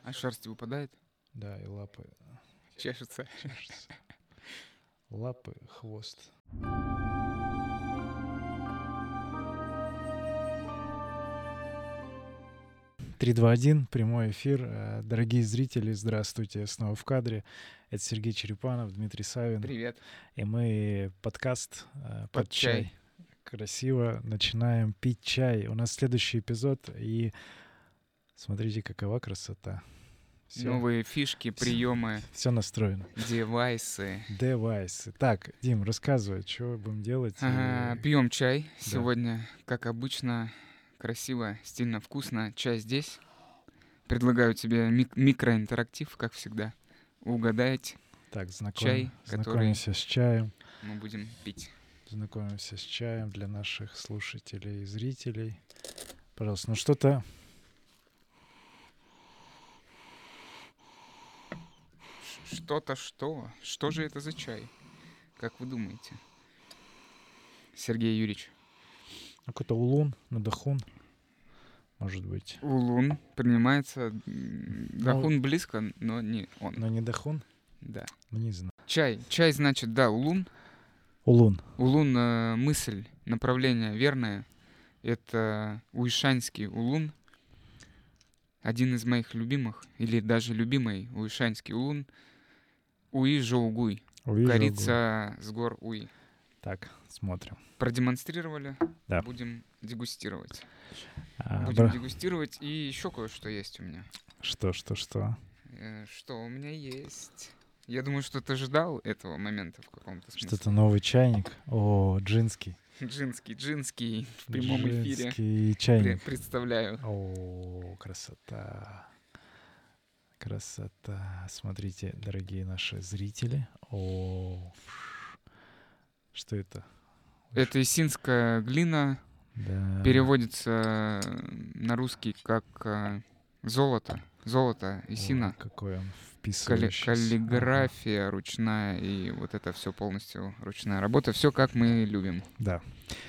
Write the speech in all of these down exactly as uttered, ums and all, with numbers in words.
А шерсть выпадает? Да, и лапы Чешется. чешутся. Лапы, хвост. Три, два, один, прямой эфир. Э, Дорогие зрители, здравствуйте, снова в кадре. Это Сергей Черепанов, Дмитрий Савин. Привет. И мы подкаст э, Под под чай. чай. Красиво начинаем пить чай. У нас следующий эпизод, и смотрите, какова красота. Все, Новые фишки, приемы, все настроено. девайсы. Девайсы. Так, Дим, рассказывай, что будем делать. Ага, и- пьем чай сегодня, как обычно, красиво, стильно, вкусно. Чай здесь. Предлагаю тебе мик- микроинтерактив, как всегда. Угадайте, Так, знаком- чай, который- знакомимся с чаем. мы будем пить. Знакомимся с чаем для наших слушателей и зрителей. Пожалуйста, ну что-то... Ш- Что-то что? Что же это за чай? Как вы думаете? Сергей Юрьевич. Какой-то улун, надахун, может быть. Улун принимается. м, Дахун близко, но не он. Но не дахун? Да. Ну, не знаю. Чай. Чай значит, да, улун. Улун. Улун э, мысль, направление верное. Это уишанский улун. Один из моих любимых, или даже любимый уишанский улун. Уи-жоугуй. Увижу. Корица с гор Уи. Так, смотрим. Продемонстрировали. Да. Будем дегустировать. А, Будем бра- дегустировать. И еще кое-что есть у меня. Что, что, что? Э, Что у меня есть? Я думаю, что ты ждал этого момента в каком-то смысле. Что-то новый чайник. О, джинский. Джинский, джинский в прямом эфире. Джинский Пре- чайник. Представляю. О, красота. Красота. Смотрите, дорогие наши зрители. О, фш. Что это? Это исинская глина, Да. переводится на русский как э, золото. Золото, Ой, исина. какой он Калли- вписывающийся. каллиграфия ручная, и вот это все полностью ручная работа. Все как мы любим. Ага. Да.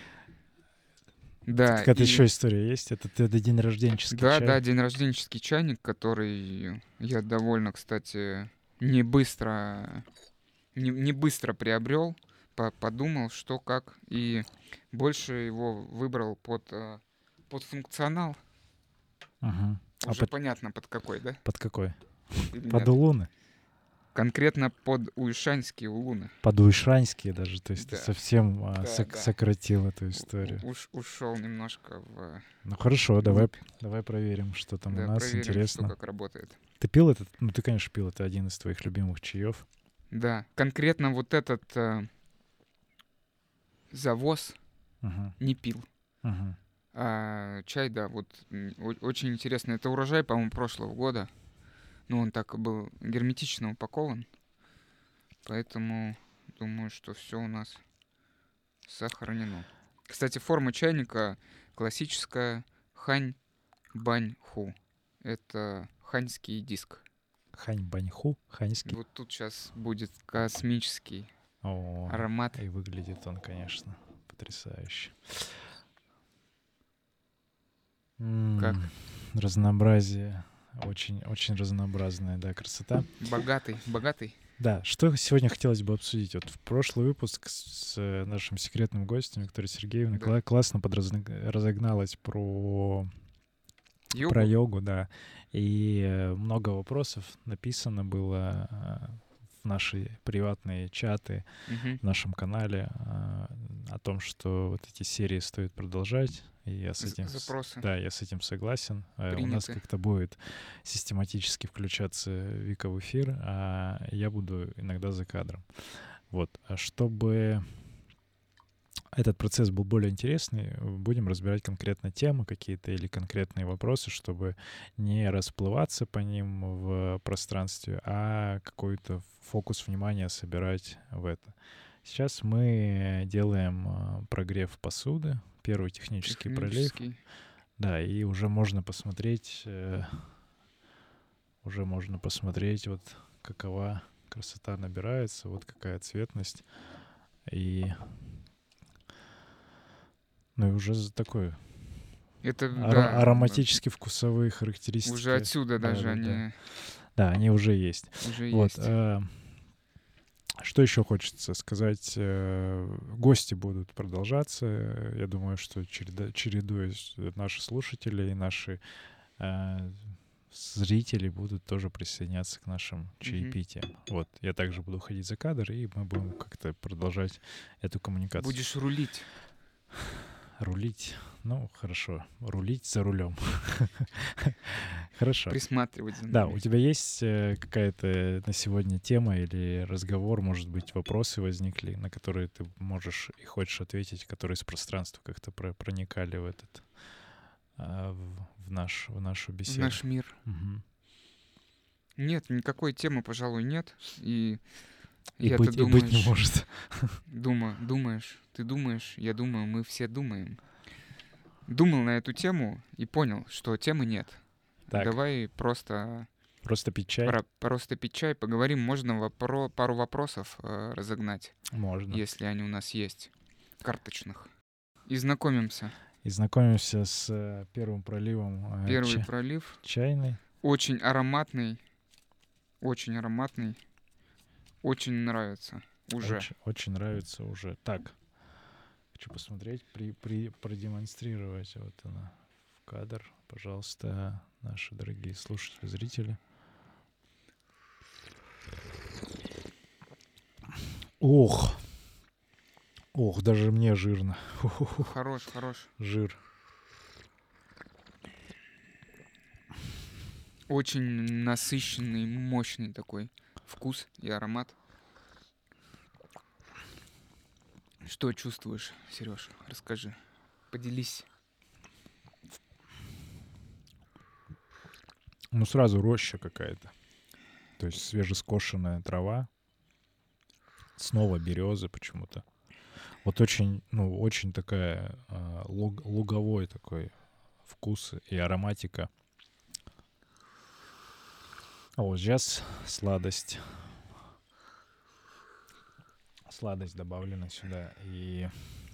Да, Какая-то и- еще история есть? Это ты это день рожденческий да, чай? да, день рожденческий чайник, который я довольно, кстати, не быстро, не, не быстро приобрел, по- подумал, что как, и больше его выбрал под, э, под функционал. Мгм. А Уже под, понятно, под какой, да? под какой? Или Под нет? улуны? Конкретно под уишанские улуны. Под уишранские даже. То есть Да. ты совсем а, Да, сок- да. сократил эту историю. У- уш- ушел немножко в... Ну хорошо, давай, глубь. давай проверим, что там Да, у нас. проверим, Интересно. что как работает. Ты пил этот? Ну ты, конечно, пил. Это один из твоих любимых чаев. Да, конкретно вот этот э, завоз Мгм. не пил. Мгм. А чай, да, вот м, о- очень интересно. Это урожай, по-моему, прошлого года. Ну, он так и был герметично упакован. Поэтому думаю, что все у нас сохранено. Кстати, форма чайника классическая хань бань ху. Это ханьский диск. Хань баньху, ханьский. Вот тут сейчас будет космический О, аромат. и выглядит он, конечно, потрясающе. Как? М, Разнообразие. Очень, очень разнообразная, да, красота. Богатый, богатый. Да, что сегодня хотелось бы обсудить? Вот в прошлый выпуск с э, нашим секретным гостем Викторией Сергеевной Да. кла- классно подразогналась про, Йогу? про йогу, да. И э, много вопросов написано было э, в наши приватные чаты, Мгм. в нашем канале э, о том, что вот эти серии стоит продолжать. И я с З- этим, с- запросы. да, я с этим согласен. Э, У нас Приняты. как-то будет систематически включаться Вика в эфир, а я буду иногда за кадром. Вот. А чтобы этот процесс был более интересный, будем разбирать конкретно темы какие-то или конкретные вопросы, чтобы не расплываться по ним в пространстве, а какой-то фокус внимания собирать в это. Сейчас мы делаем э, прогрев посуды, первый технический пролив. Технический. Да, и уже можно посмотреть, э, уже можно посмотреть, вот какова красота набирается, вот какая цветность. И, ну и уже за такой Это, ар- да, ароматические вкусовые характеристики. уже отсюда Да, даже да, они да. Да, они уже есть. уже Вот. есть. э, Что еще хочется сказать? Э, Гости будут продолжаться. Э, Я думаю, что череда- чередуясь, э, наши слушатели и наши э, зрители будут тоже присоединяться к нашим Мгм. чаепитиям. Вот. Я также буду ходить за кадр, и мы будем как-то продолжать эту коммуникацию. Будешь рулить. Рулить. Ну, хорошо. Рулить за рулем. Хорошо. Присматривать за Да, нами. у тебя есть э, какая-то на сегодня тема или разговор, может быть, вопросы возникли, на которые ты можешь и хочешь ответить, которые из пространства как-то про- проникали в этот, а, в, в наш, в нашу В беседу? наш мир. Мгм. Нет, никакой темы, пожалуй, нет. И И я-то быть, и быть не думаешь, может. дума, думаешь, ты думаешь, я думаю, мы все думаем. Думал на эту тему и понял, что темы нет. Так, Давай просто, просто пить чай? про- просто пить чай, поговорим. Можно вопро- пару вопросов э, разогнать, Можно. если они у нас есть, карточных. И знакомимся. И знакомимся с э, первым проливом э, Первый ча- пролив. чайный. Очень ароматный. Очень ароматный. Очень нравится. Уже. Очень, очень нравится уже. Так, хочу посмотреть, при, при, продемонстрировать. Вот она в кадр. Пожалуйста, наши дорогие слушатели, зрители. Ох, ох, даже мне жирно. Ху-ху-ху. Хорош, хорош. Жир. Очень насыщенный, мощный такой вкус и аромат. Что чувствуешь, Сереж? Расскажи. Поделись. Ну, сразу роща какая-то. То есть свежескошенная трава. Снова березы почему-то. Вот очень, ну, очень такая а, луг- луговой такой вкус и ароматика. А вот сейчас сладость. Сладость добавлена сюда. И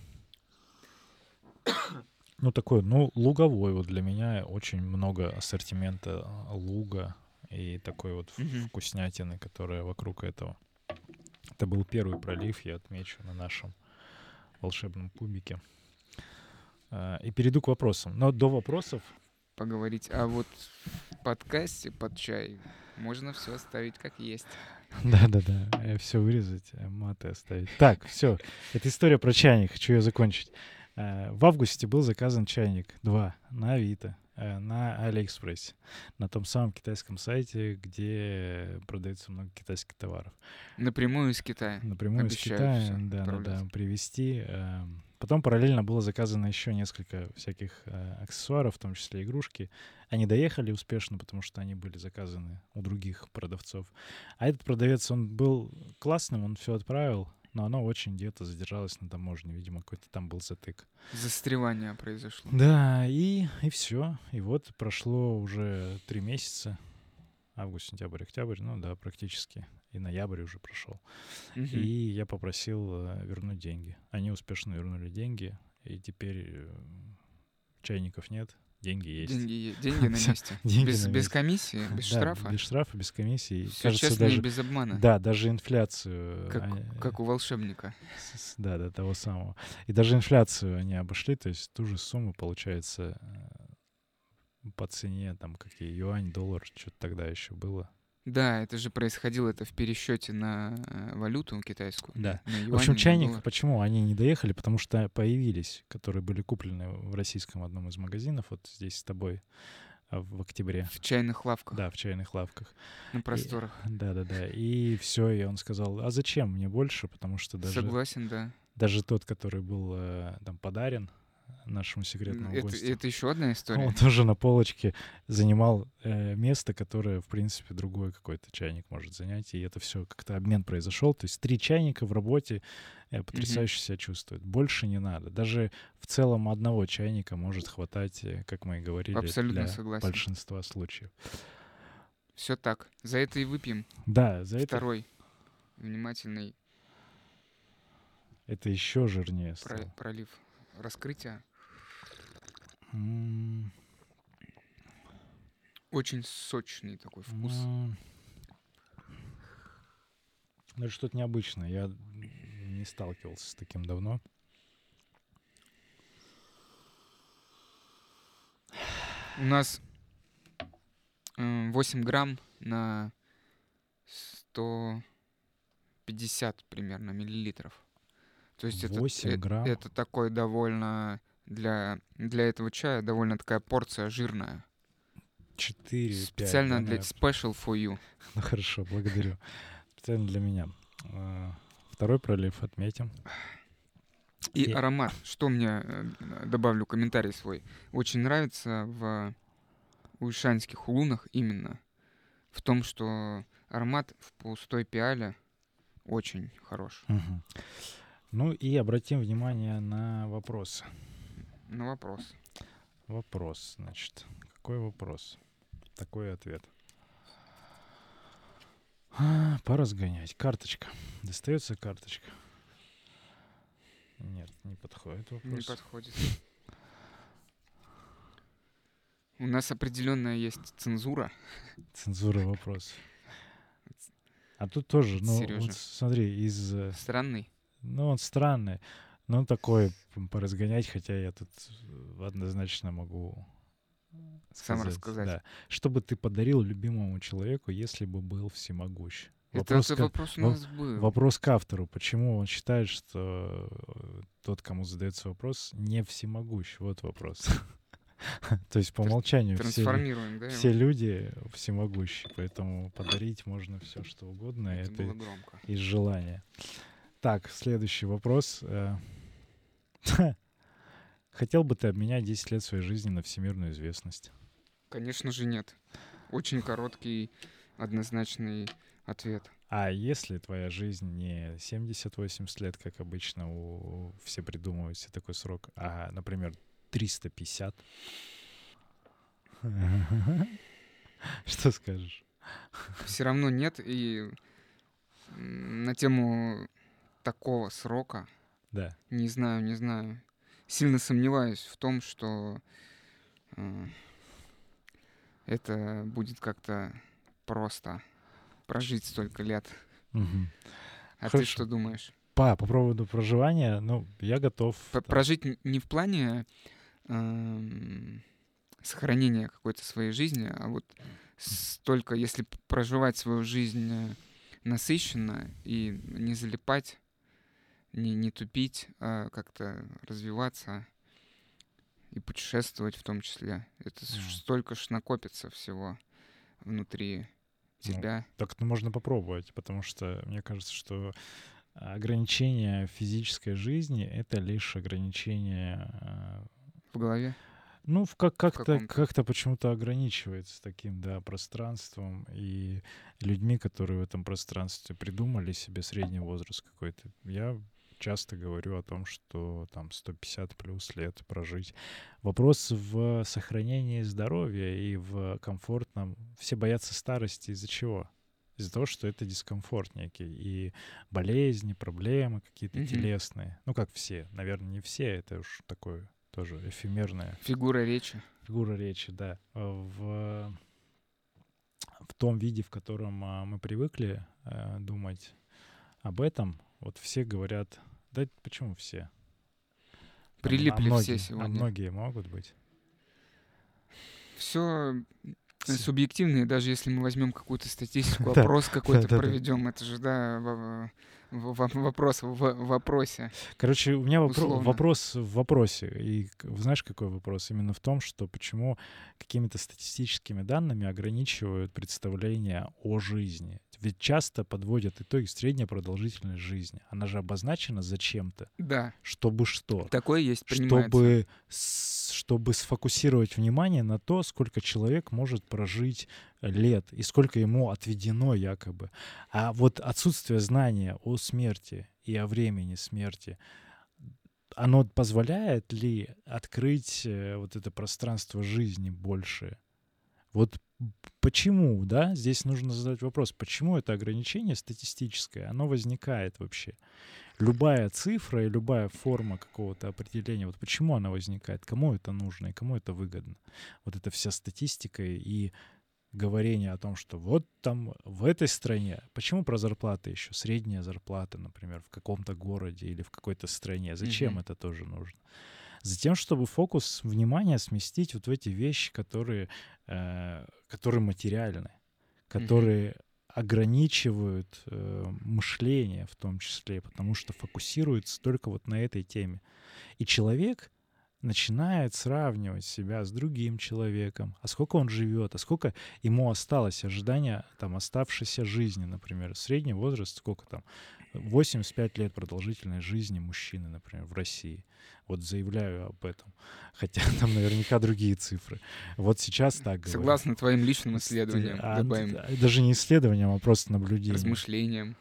ну, такой, ну, луговой. Вот для меня очень много ассортимента а, луга и такой вот в- Мгм. вкуснятины, которая вокруг этого. Это был первый пролив, я отмечу на нашем волшебном кубике. А, И перейду к вопросам. Но до вопросов Поговорить. А вот в подкасте под чай можно все оставить как есть. да-да-да, все вырезать, э, маты оставить. Так, все. Это история про чайник. Хочу ее закончить. Э, В августе был заказан чайник. Два. На Авито. э, На Алиэкспрессе. На том самом китайском сайте, где продается много китайских товаров. Напрямую из Китая. Напрямую из Обещают Китая, всё да, да, да, отправлять. привезти. э, Потом параллельно было заказано еще несколько всяких э, аксессуаров, в том числе игрушки. Они доехали успешно, потому что они были заказаны у других продавцов. А этот продавец, он был классным, он все отправил, но оно очень где-то задержалось на таможне. Видимо, какой-то там был затык. Застревание произошло. Да, и, и все. И вот прошло уже три месяца. Август, сентябрь, октябрь, ну да, практически. И ноябрь уже прошел. Мгм. И я попросил э, вернуть деньги. Они успешно вернули деньги. И теперь э, чайников нет, деньги есть. Деньги, е- деньги на Всё, месте. деньги без, на без месте. комиссии, без Да, штрафа. без штрафа, без комиссии. Все Кажется, честно и даже... без обмана. Да, даже инфляцию... Как, они- как у волшебника. с- с- Да, да, того самого. И даже инфляцию они обошли, то есть ту же сумму, получается, э, по цене, там, какие юань, доллар, что-то тогда еще было. Да, это же происходило это в пересчете на э, валюту китайскую. Да. На В общем, юани, на чайник, доллар. почему они не доехали? Потому что появились, которые были куплены в российском одном из магазинов, вот здесь с тобой а, в октябре. В чайных лавках, Да, в чайных лавках. на просторах. Да, да, да. И все, и он сказал, а зачем мне больше? Потому что даже, Согласен, да. даже тот, который был э, там подарен нашему М, секретному Это, гостю, это еще одна история. он тоже на полочке занимал э, место, которое, в принципе, другой какой-то чайник может занять. И это все как-то обмен произошел. То есть три чайника в работе э, потрясающе себя чувствуют. Больше не надо. Даже в целом одного чайника может хватать, э, как мы и говорили, Абсолютно для согласен. большинства случаев. Все так. За это и выпьем. Да, за это Второй внимательный это еще жирнее про- стало. пролив раскрытия. М, Очень сочный такой вкус. м, Ну, это что-то необычное. Я не сталкивался с таким давно. У нас э, восемь грамм на сто пятьдесят примерно миллилитров. То есть это, восемь э- грамм? это такой довольно для, для этого чая довольно такая порция жирная. четыре-пять, да, Специально для наверное? special for you. Ну, хорошо, благодарю. Специально для меня. А, Второй пролив отметим. И И- аромат. Что мне, э, добавлю комментарий свой. Очень нравится в ульшанских улунах именно в том, что аромат в пустой пиале очень хорош. Мгм. Ну и обратим внимание на вопросы. На вопрос. Вопрос, значит. Какой вопрос? Такой ответ. А, Поразгонять. Карточка. Достается карточка? Нет, не подходит Не вопрос. подходит. У нас определенная есть цензура. Цензура вопросов. А тут тоже, ну, Сережа. вот смотри, из... э, Странный. Ну, он странный. Ну, такой м, поразгонять, хотя я тут э, однозначно могу Сам сказать. рассказать. Да. Что бы ты подарил любимому человеку, если бы был всемогущ? Это, Вопрос, это ка- вопрос у во- нас был. вопрос к автору. Почему он считает, что э, тот, кому задается вопрос, не всемогущ? Вот вопрос. То есть по Тр- умолчанию все, лю- Трансформируем, да? все его? люди всемогущи, поэтому подарить можно все, что угодно. Это Это было громко. из желания. Так, следующий вопрос. Э, Хотел бы ты обменять десять лет своей жизни на всемирную известность? Конечно же нет. Очень короткий, однозначный ответ. А если твоя жизнь не семьдесят-восемьдесят лет, как обычно у все придумывают себе такой срок, а, например, триста пятьдесят? Что скажешь? Все равно нет. И м, на тему такого срока, Да. не знаю, не знаю. Сильно сомневаюсь в том, что э, это будет как-то просто прожить столько лет. Мгм. А ты Хорошо. что думаешь? Па, по поводу проживания, ну, я готов. П- там, Прожить н- не в плане эм, сохранения какой-то своей жизни, а вот столько, если п- проживать свою жизнь э, насыщенно и не залипать, не, не тупить, а как-то развиваться и путешествовать в том числе. Это с- Мгм. столько ж накопится всего внутри Ну, тебя. Так ну, можно попробовать, потому что мне кажется, что ограничение физической жизни — это лишь ограничение, э, В голове ну, в как, как-то, каком-то. как-то почему-то ограничивается таким, да, пространством и людьми, которые в этом пространстве придумали себе средний возраст какой-то. Я часто говорю о том, что там сто пятьдесят плюс лет прожить. Вопрос в сохранении здоровья и в комфортном. Все боятся старости из-за чего? Из-за того, что это дискомфорт некий. И болезни, проблемы какие-то Мгм. телесные. Ну, как все. Наверное, не все. Это уж такое тоже эфемерное. Фигура речи. Фигура речи, да. Э, В, в том виде, в котором а, мы привыкли э, думать об этом, вот все говорят, да почему все? Там, а Прилипли все многие, а сегодня. многие могут быть. Все Все. субъективные, даже если мы возьмем какую-то статистику, Да, опрос какой-то да-да-да. проведем, это же, да, во- в- в- вопрос в вопросе. Короче, у меня вопро- Условно. вопрос в вопросе. И к- знаешь, какой вопрос? Именно в том, что почему какими-то статистическими данными ограничивают представление о жизни. Ведь часто подводят итоги средней продолжительности жизни. Она же обозначена зачем-то. Да, Чтобы что? такое есть, принимается. Чтобы, с- чтобы сфокусировать внимание на то, сколько человек может прожить лет и сколько ему отведено якобы. А вот отсутствие знания о смерти и о времени смерти, оно позволяет ли открыть э, вот это пространство жизни больше? Вот почему, да, здесь нужно задать вопрос, почему это ограничение статистическое, оно возникает вообще? любая цифра и любая форма какого-то определения, вот почему она возникает, кому это нужно и кому это выгодно. Вот эта вся статистика и говорение о том, что вот там в этой стране, почему про зарплаты еще, средняя зарплата, например, в каком-то городе или в какой-то стране, зачем Мгм. это тоже нужно? Затем, чтобы фокус внимания сместить вот в эти вещи, которые, э, которые материальны, Мгм. которые ограничивают э, мышление в том числе, потому что фокусируется только вот на этой теме. И человек начинает сравнивать себя с другим человеком, а сколько он живет, а сколько ему осталось ожидания там оставшейся жизни, например. Средний возраст сколько там? восемьдесят пять лет продолжительной жизни мужчины, например, в России. Вот заявляю об этом. Хотя там наверняка другие цифры. Вот сейчас так говорят. Согласно твоим личным С- исследованиям, а, добавим, д- Даже не исследованием, а просто наблюдением. размышлениям.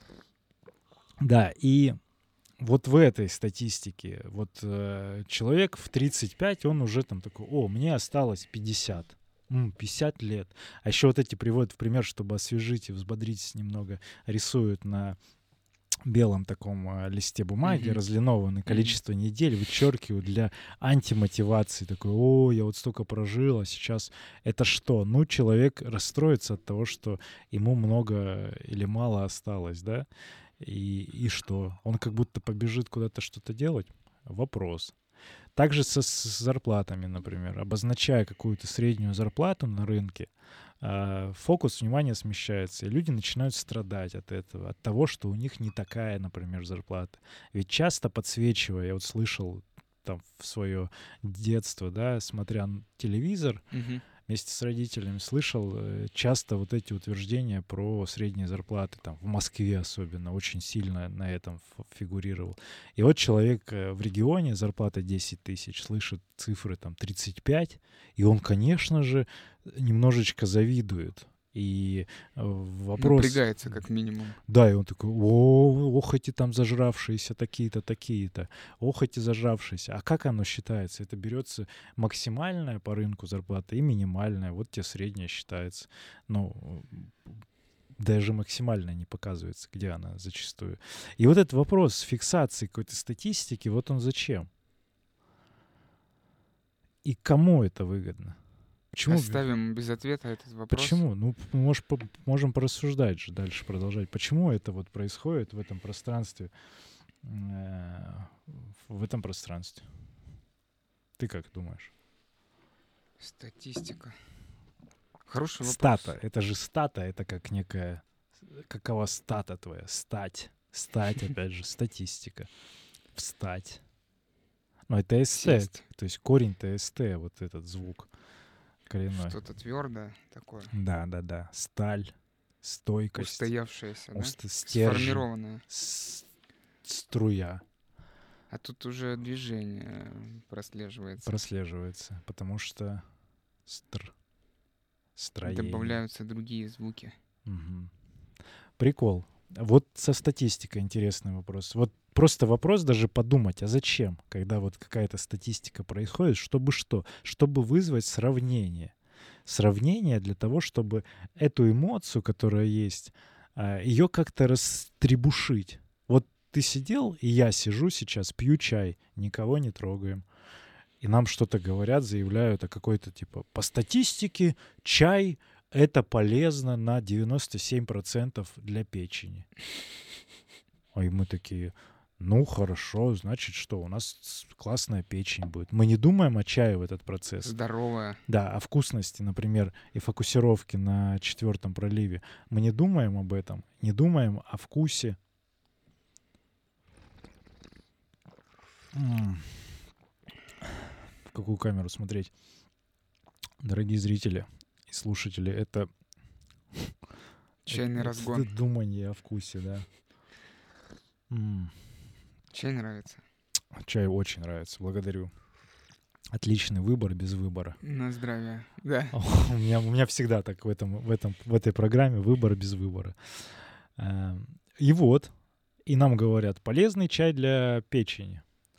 Да, и вот в этой статистике вот э, человек в тридцать пять, он уже там такой, о, мне осталось пятьдесят. М, пятьдесят лет. А еще вот эти приводят в пример, чтобы освежить и взбодрить немного, рисуют на белом таком э, листе бумаги, Мгм. разлинованное количество недель, вычеркивают для антимотивации. Такой, о, я вот столько прожил, а сейчас это что? Ну, человек расстроится от того, что ему много или мало осталось, да? И, и что? Он как будто побежит куда-то что-то делать? Вопрос. Также со, с зарплатами, например. Обозначая какую-то среднюю зарплату на рынке, а, фокус внимания смещается, и люди начинают страдать от этого, от того, что у них не такая, например, зарплата. Ведь часто подсвечивая, я вот слышал там в свое детство, да, смотря н- телевизор, Мгм. вместе с родителями слышал э, часто вот эти утверждения про средние зарплаты, там, в Москве особенно, очень сильно на этом ф- фигурировал. И вот человек э, в регионе, зарплата десять тысяч, слышит цифры там тридцать пять, и он, конечно же, немножечко завидует. И э, вопрос, Напрягается, как минимум. да, и он такой, о, ох, эти там зажравшиеся такие-то, такие-то, ох, эти зажравшиеся. А как оно считается? Это берется максимальная по рынку зарплата и минимальная. Вот тебе средняя считается. Ну, даже максимальная не показывается, где она зачастую. И вот этот вопрос фиксации какой-то статистики, вот он зачем? И кому это выгодно? Почему? Оставим без ответа этот вопрос. Почему? Ну, мы мож- по- можем порассуждать же дальше, продолжать. Почему это вот происходит в этом пространстве? э, в этом пространстве. Ты как думаешь? Статистика. Хороший Стата. вопрос. Это же стата, это как некая... Какова стата твоя? Стать. Стать, опять же, статистика. Встать. Ну, это ст. Сесть. То есть корень-то ст, вот этот звук коренной. Что-то твердое такое. Да, да, да. Сталь, стойкость, Устоявшееся, да? уст- стержень, Сформированное. с- струя А тут уже движение прослеживается. прослеживается, потому что стр, строение. Добавляются другие звуки. Мгм. Прикол. Вот со статистикой интересный вопрос. Вот просто вопрос даже подумать, а зачем, когда вот какая-то статистика происходит, чтобы что? Чтобы вызвать сравнение. Сравнение для того, чтобы эту эмоцию, которая есть, ее как-то растребушить. Вот ты сидел, и я сижу сейчас, пью чай, никого не трогаем. И нам что-то говорят, заявляют о какой-то типа по статистике чай это полезно на девяносто семь процентов для печени. А и мы такие, ну хорошо, значит что, у нас с- классная печень будет. Мы не думаем о чае в этот процесс. Здоровое. Да, о вкусности, например, и фокусировке на четвертом проливе. Мы не думаем об этом, не думаем о вкусе. М. В какую камеру смотреть? Дорогие зрители и слушатели, это Чайный это, разгон. это думание о вкусе, да. М. Чай нравится. Чай очень нравится, благодарю. Отличный выбор без выбора. На здравие. Да. У меня, у меня всегда так в, этом, в, этом, в этой программе выбор без выбора. Эм, И вот, и нам говорят, полезный чай для печени.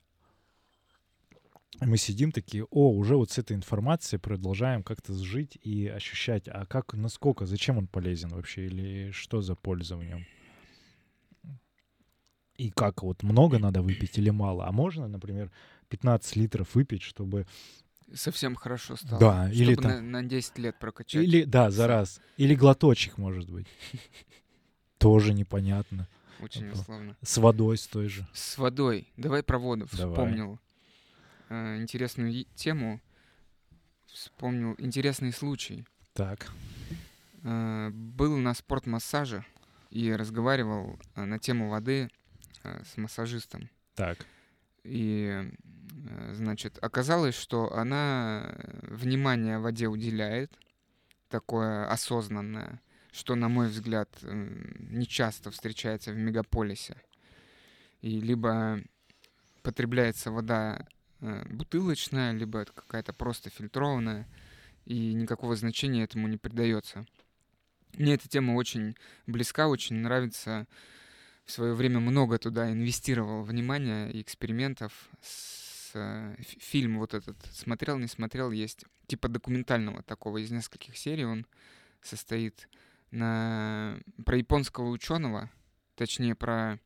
И мы сидим такие, о, уже вот с этой информацией продолжаем как-то жить и ощущать, а как, насколько, зачем он полезен вообще, или что за польза в нем. И как, вот много надо выпить или мало? А можно, например, пятнадцать литров выпить, чтобы... Совсем хорошо стало. Да, или Чтобы там... на, на десять лет прокачать. Или, да, за Сам. раз. Или глоточек, может быть. Тоже непонятно. Очень условно. С водой с той же. С водой. Давай про воду. Давай. Вспомнил э, интересную е- тему. Вспомнил интересный случай. Так. Э, был на спортмассаже и разговаривал э, на тему воды э, с массажистом. Так. И, э, значит, оказалось, что она внимание воде уделяет, такое осознанное, что, на мой взгляд, не часто встречается в мегаполисе. И либо потребляется вода бутылочная, либо это какая-то просто фильтрованная, и никакого значения этому не придается. Мне эта тема очень близка, очень нравится. В свое время много туда инвестировал внимания и экспериментов. С, э, фильм вот этот смотрел, не смотрел, есть типа документального такого, из нескольких серий он состоит на, про японского ученого, точнее про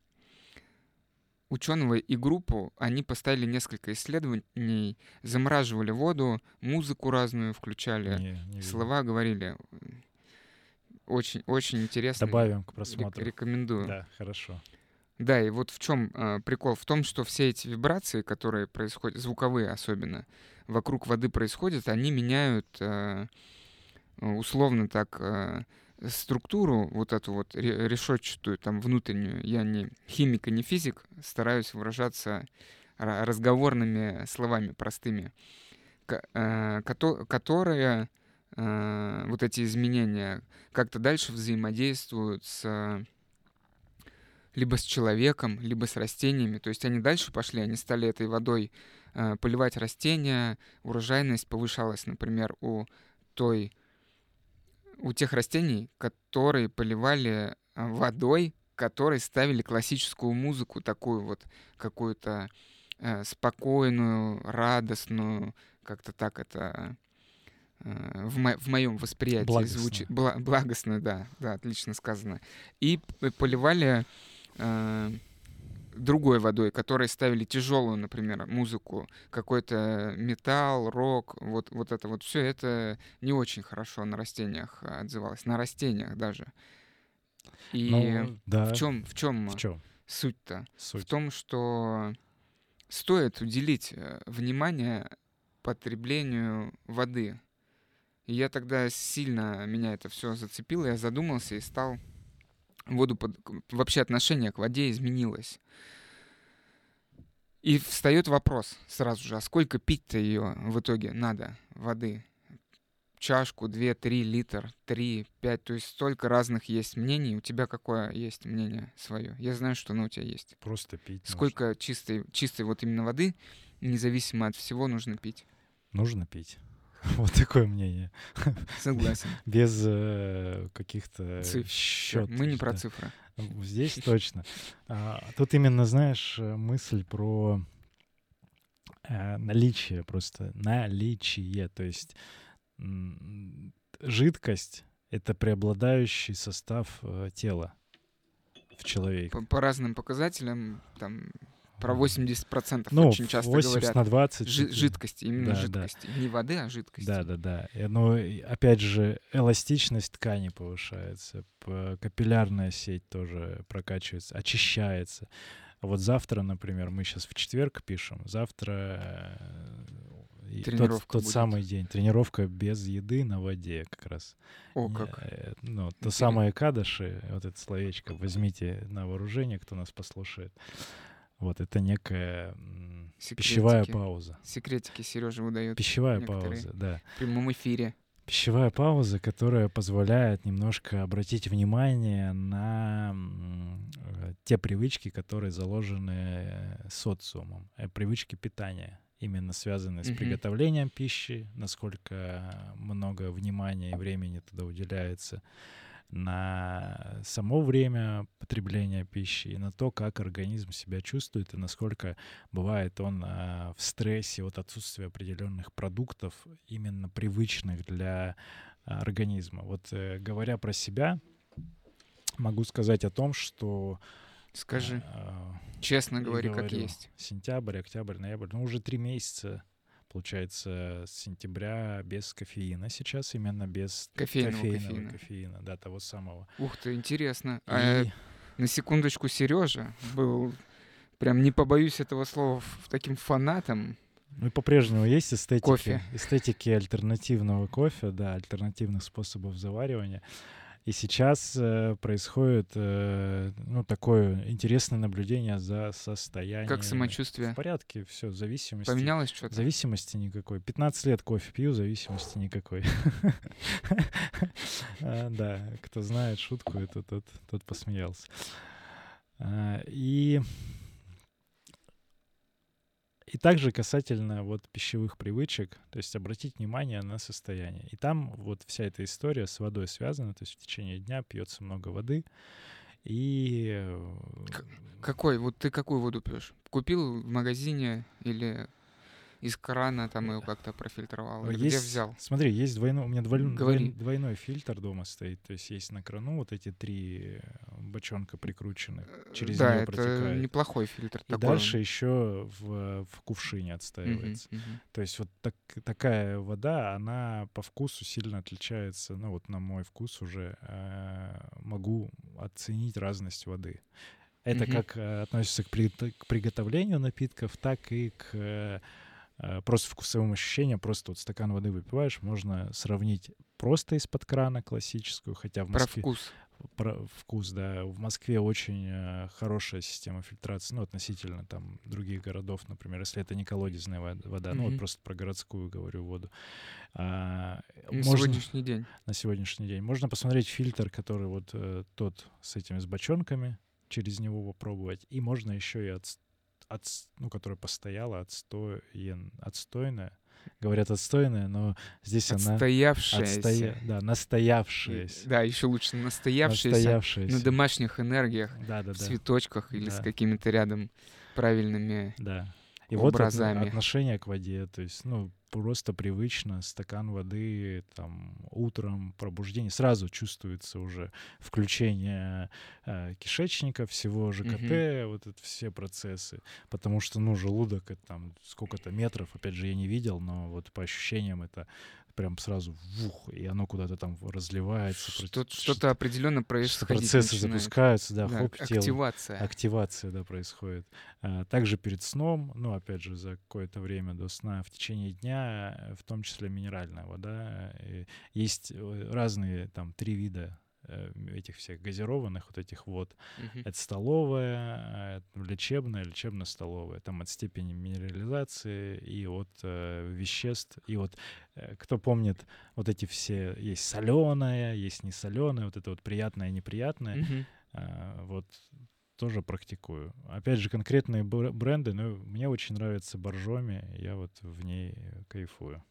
ученого и группу. Они поставили несколько исследований, замораживали воду, музыку разную включали, Не, не слова говорили. Очень, очень интересно. Добавим к просмотру. Рекомендую. Да, хорошо. Да, и вот в чем э, прикол? В том, что все эти вибрации, которые происходят, звуковые особенно, вокруг воды происходят, они меняют э, условно так э, структуру, вот эту вот решетчатую, там, внутреннюю. Я не химик и не физик, стараюсь выражаться разговорными словами простыми, э, которые, э, вот эти изменения, как-то дальше взаимодействуют с... либо с человеком, либо с растениями. То есть они дальше пошли, они стали этой водой э, поливать растения, урожайность повышалась, например, у той, у тех растений, которые поливали э, водой, которые ставили классическую музыку, такую вот какую-то э, спокойную, радостную, как-то так это э, в, мо- в моем восприятии Благостную. звучит. Бла- благостную, да, да, отлично сказано. И п- поливали другой водой, которые ставили тяжелую, например, музыку, какой-то металл, рок, вот, вот это вот все, это не очень хорошо на растениях отзывалось, на растениях даже. И ну, да. в чем, в чем, в чем? суть-то? Суть. В том, что стоит уделить внимание потреблению воды. И я тогда сильно, меня это все зацепило, я задумался и стал воду под... вообще отношение к воде изменилось. И встает вопрос сразу же, а сколько пить-то ее в итоге надо, воды? Чашку, две, три, литр, три, пять, то есть столько разных есть мнений. У тебя какое есть мнение свое? Я знаю, что оно у тебя есть. Просто пить Сколько нужно. чистой, чистой вот именно воды, независимо от всего, нужно пить? Нужно пить. Вот такое мнение. Согласен. Без э, каких-то Цифр. счетов. Мы не про да. цифры. Здесь точно. А, тут именно, знаешь, мысль про э, наличие просто. Наличие. То есть м, жидкость — это преобладающий состав э, тела в человеке. По, по разным показателям, там... Про восемьдесят процентов ну, очень часто восемьдесят говорят. на двадцать. Жи- жидкости, именно да, жидкости. Да. Не воды, а жидкости. Да, да, да. Но, опять же, эластичность ткани повышается, капиллярная сеть тоже прокачивается, очищается. Вот завтра, например, мы сейчас в четверг пишем, завтра тот, тот самый день. Тренировка без еды на воде как раз. О, как. Ну, то самое кадыши, вот это словечко, возьмите на вооружение, кто нас послушает. Вот, это некая секретики. Пищевая пауза. Секретики Сережа выдает. Пищевая пауза, да. В прямом эфире. Пищевая пауза, которая позволяет немножко обратить внимание на те привычки, которые заложены социумом, привычки питания, именно связанные с mm-hmm. приготовлением пищи, насколько много внимания и времени туда уделяется на само время потребления пищи и на то, как организм себя чувствует и насколько бывает он э, в стрессе от отсутствия определенных продуктов, именно привычных для э, организма. Вот э, говоря про себя, могу сказать о том, что Скажи. А, Честно и говори, как говорю, есть. сентябрь, октябрь, ноябрь, ну уже три месяца, получается, с сентября без кофеина сейчас, именно без Кофейного кофейного кофеина. кофеина, да, того самого. Ух ты, интересно. А, И на секундочку, Сережа был, прям не побоюсь этого слова, ф- таким фанатом ну и по-прежнему есть эстетики, кофе. эстетики альтернативного кофе, да, альтернативных способов заваривания. И сейчас э, происходит э, ну, такое интересное наблюдение за Как состоянием. В самочувствие? порядке, все, зависимости. Поменялось что-то? Зависимости никакой. пятнадцать лет кофе пью, зависимости никакой. А, Да, кто знает шутку, это тот тот посмеялся. А, И И также касательно вот пищевых привычек, то есть обратить внимание на состояние. И там вот вся эта история с водой связана, то есть в течение дня пьется много воды, и э, К- Какой? Вот ты какую воду пьешь? Купил в магазине или из крана там ее как-то профильтровал? Или где есть, взял? смотри, есть двойной, у меня двой- двой- Говори. двойной фильтр дома стоит, то есть есть на крану вот эти три э, бочонка прикручены, Э, через Да, нее это протекает. неплохой фильтр И такой дальше он. еще в, в кувшине Мгм, отстаивается. мгм. То есть вот так- такая вода, она по вкусу сильно отличается. Ну вот на мой вкус уже э, могу оценить разность воды. Это Мгм. как э, относится к, при- к приготовлению напитков, так и к э, э, просто вкусовым ощущениям. Просто вот стакан воды выпиваешь, можно сравнить просто из-под крана классическую, хотя в Про Москве вкус. про вкус, да. В Москве очень э, хорошая система фильтрации, ну, относительно там других городов, например, если это не колодезная вод- вода, ну, вот Мгм. просто про городскую говорю воду. А, На можно сегодняшний день. на сегодняшний день, можно посмотреть фильтр, который вот э, тот с этими с бочонками, через него попробовать, и можно еще и от, от ну, которая постояла, отстоен, отстойная. Говорят отстойная, но здесь она Отстоявшаяся. отстоя, да, И- настоявшаяся. Да, еще лучше настоявшаяся на Настоявшаяся. домашних энергиях, Да, да, в да. цветочках или с Да, какими-то рядом правильными да. И вот отно- образами. отношение к воде, то есть, ну, просто привычно стакан воды там утром, пробуждение, сразу чувствуется уже включение э, кишечника, всего ЖКТ, Мгм. вот это все процессы, потому что, ну, желудок это там сколько-то метров, опять же, я не видел, но вот по ощущениям это прям сразу вух, и оно куда-то там разливается, проти- Что- что- Что-то определенно что происходить процессы начинает. запускаются, да, Да, хоп, тело, активация. активация, да, происходит. А, Также перед сном, ну, опять же, за какое-то время до сна, в течение дня, э, в том числе минеральная вода. э, Есть э, разные, там, три вида э, этих всех газированных вот этих вод. Мгм. Это столовая, э, лечебная, лечебно-столовая. Там от степени минерализации и от э, веществ. И вот, э, кто помнит, вот эти все, есть соленая, есть не соленая, вот это вот приятное, неприятное. Мгм. А, Вот тоже практикую. Опять же, конкретные бр- бренды, но мне очень нравится Боржоми, я вот в ней э, кайфую.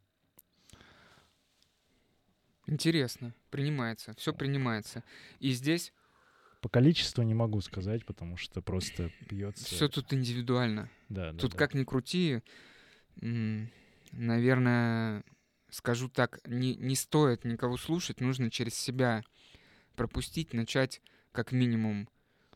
Интересно. Принимается. Все принимается. И здесь По количеству не могу сказать, потому что просто пьется. все тут индивидуально. Да, да, Тут да. как ни крути, м, наверное, скажу так, не, не стоит никого слушать, нужно через себя пропустить, начать как минимум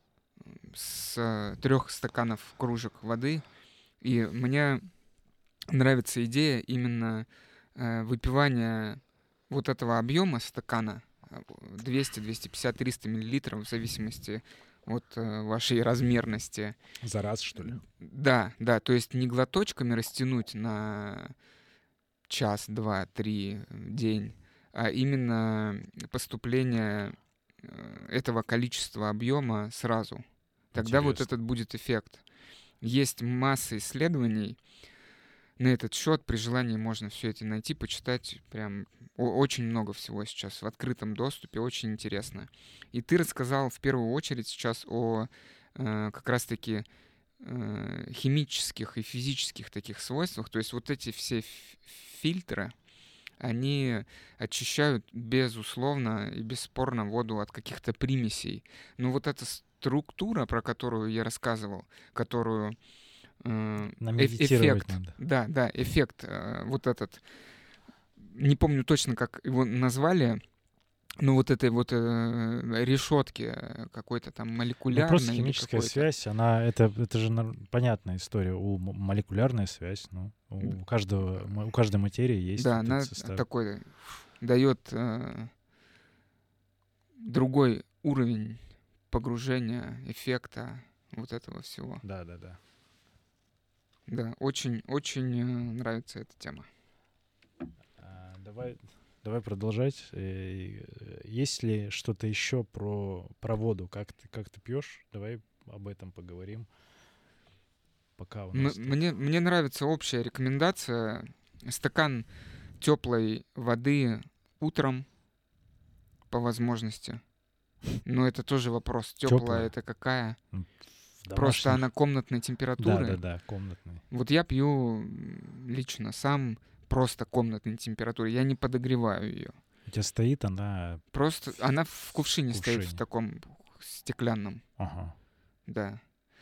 с трех стаканов кружек воды. И мне нравится идея именно э, выпивания вот этого объема стакана э, двести, двести пятьдесят, триста миллилитров в зависимости от э, вашей размерности. За раз, что ли? Да, да, то есть не глоточками растянуть на час, два, три, э, день, а именно поступление э, этого количества объема сразу. Тогда вот Интересно. этот будет эффект. Есть масса исследований на этот счет. При желании можно все это найти, почитать. Прям о- очень много всего сейчас в открытом доступе. Очень интересно. И ты рассказал в первую очередь сейчас о э, как раз-таки э, химических и физических таких свойствах. То есть вот эти все ф- фильтры, они очищают, безусловно и бесспорно, воду от каких-то примесей. Но вот эта структура, про которую я рассказывал, которую э, э- Намедитировать эффект, надо. да, да, эффект э, вот этот, не помню точно, как его назвали, ну, вот этой вот э, решетки э, какой-то там Ну, молекулярной просто или химическая какой-то. связь, она, это, это же нар- понятная история. У м- молекулярная связь, ну, Д- у каждого, м- у каждой материи есть Да, вот этот она состав. такой дает э, другой уровень погружения, эффекта вот этого всего. Да, да, да. Да, очень, очень э, нравится эта тема. А, давай, давай продолжать. Э, э, Есть ли что-то еще про, про воду? Как ты, как ты пьешь? Давай об этом поговорим, пока у М- нас тут... мне, мне нравится общая рекомендация. Стакан теплой воды утром по возможности. Но это тоже вопрос. Теплая Теплая, это какая? в Просто она домашних... комнатной Да, да, температуры. да, комнатный. Вот я пью м, лично сам просто комнатной температуры. Я не подогреваю ее. У тебя стоит она Просто она в в кувшине стоит в кувшине. таком стеклянном. Ага. Да.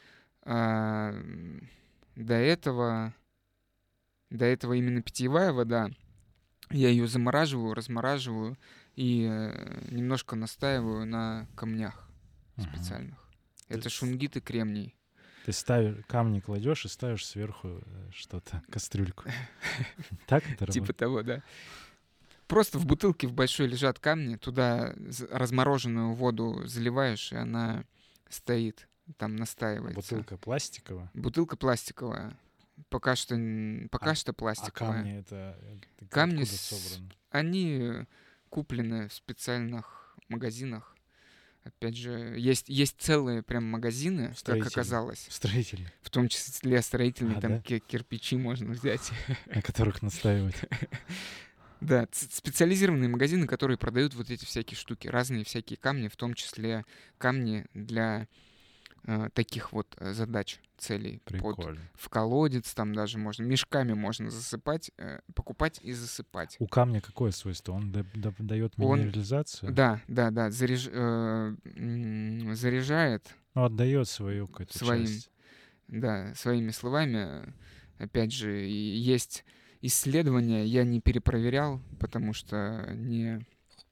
А, м, до этого, до этого именно питьевая вода. Я ее замораживаю, размораживаю и э, немножко настаиваю на камнях Мгм. специальных. Ты, Это шунгит и кремний. ты ставишь, камни кладешь и ставишь сверху э, что-то, кастрюльку. Так это Типа работает? того, да. Просто в бутылке в большой лежат камни, туда з- размороженную воду заливаешь, и она стоит, там А настаивается. бутылка пластиковая? Бутылка пластиковая. Пока что, н- пока А, что а пластиковая. камни это, это Камни, откуда с- собраны? они куплены в специальных магазинах. Опять же, есть, есть целые прям магазины, как Строительный. оказалось. Строительный. В том числе строительные, А, там да? ки- кирпичи можно взять. На которых настаивать. Да, ц- специализированные магазины, которые продают вот эти всякие штуки, разные всякие камни, в том числе камни для э, таких вот э, задач, целей. Под Прикольно. в колодец там даже можно, мешками можно засыпать, э, покупать и засыпать. У камня какое свойство? Он да- да- дает Он, минерализацию? да, да, да, заряж- э, м, заряжает Ну, отдает свою какую-то своим, часть. да, своими словами. Опять же, и есть исследования, я не перепроверял, потому что не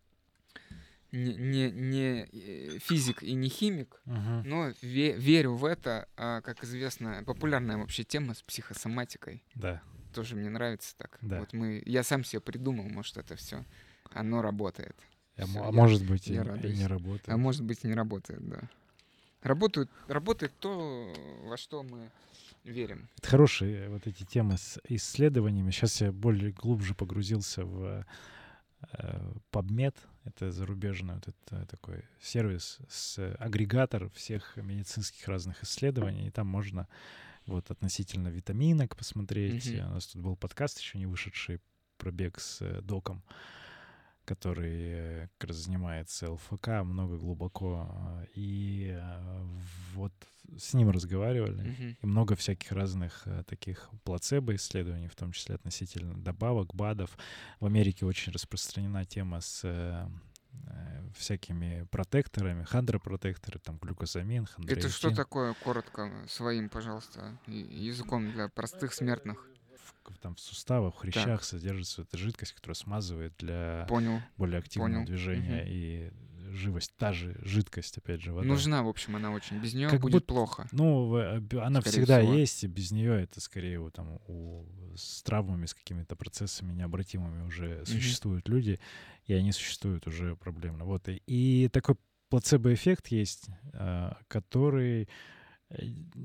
не, не, не э, физик и не химик, Мгм. но ве- верю в это, а, как известно, популярная вообще тема с психосоматикой. Да, Тоже мне нравится так. да. Вот мы, я сам себе придумал, может, это все, оно работает. А, Всё, мо- а я, может быть и, я и радуюсь. не А работает. может быть, не работает, да. Работает, работает то, во что мы верим. Это хорошие вот эти темы с исследованиями. Сейчас я более глубже погрузился в э, PubMed. Это зарубежный вот это такой сервис, с агрегатор всех медицинских разных исследований. И там можно вот относительно витаминок посмотреть. Мгм. У нас тут был подкаст еще не вышедший, пробег с э, доком, который э, как раз занимается ЛФК много глубоко. э, И э, вот с ним разговаривали. Мгм. И много всяких разных э, таких плацебо-исследований, в том числе относительно добавок, БАДов. В Америке очень распространена тема с э, э, всякими протекторами, хондропротекторы, там глюкозамин, Это что хондроитин. такое, коротко, своим, пожалуйста, и- языком для простых смертных? В, там в суставах, в Так, хрящах содержится эта жидкость, которая смазывает для понял, более активного понял. движения Мгм. и живость. Та же жидкость, опять же, вода. Нужна, в общем, она очень. Без нее Как будет будто, плохо, ну, в- э, б- она скорее всегда всего. есть, и без нее это скорее вот там у, с травмами, с какими-то процессами необратимыми уже Мгм. существуют люди, и они существуют уже проблемно. Вот. И, и такой плацебо-эффект есть, а, который э,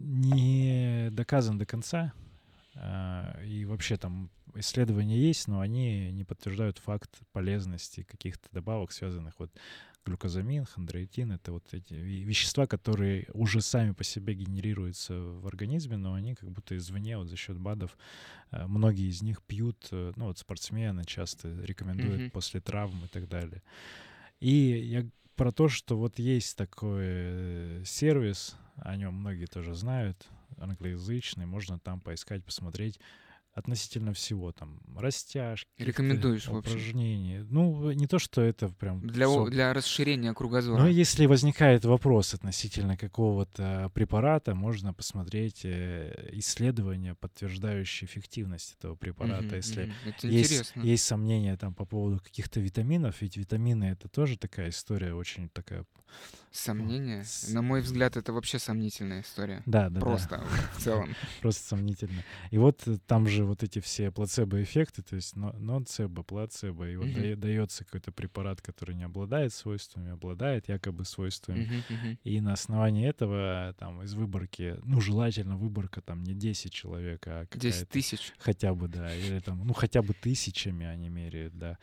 не доказан до конца. А, И вообще там исследования есть, но они не подтверждают факт полезности каких-то добавок, связанных вот глюкозамин, хондроитин. Это вот эти ве- вещества, которые уже сами по себе генерируются в организме, но они как будто извне, вот за счет БАДов. э, Многие из них пьют, э, ну вот спортсмены часто рекомендуют Мгм. после травм и так далее. И я про то, что вот есть такой э, сервис, о нем многие тоже знают, англоязычный, можно там поискать, посмотреть, относительно всего, там, растяжки, Рекомендуешь, в общем. упражнений. Ну, не то, что это прям... Для, всё. о- для расширения Но кругозора. если возникает вопрос относительно какого-то препарата, можно посмотреть э, исследования, подтверждающие эффективность этого препарата. Мгм, Если мгм. Это есть, интересно. есть сомнения там по поводу каких-то витаминов, ведь витамины — это тоже такая история очень такая... Сомнения? с- На мой взгляд, это вообще сомнительная история. Да, да, да. Просто вот в целом. Просто сомнительно. И вот э, там же вот эти все плацебо-эффекты, то есть но- ноцебо, плацебо, и вот Мгм. дае- дается какой-то препарат, который не обладает свойствами, обладает якобы свойствами. Мгм, мгм. И на основании этого там из выборки, ну, желательно выборка там не десять человек, а десять какая-то тысяч. хотя бы, да, или там, ну, хотя бы тысячами они меряют, да.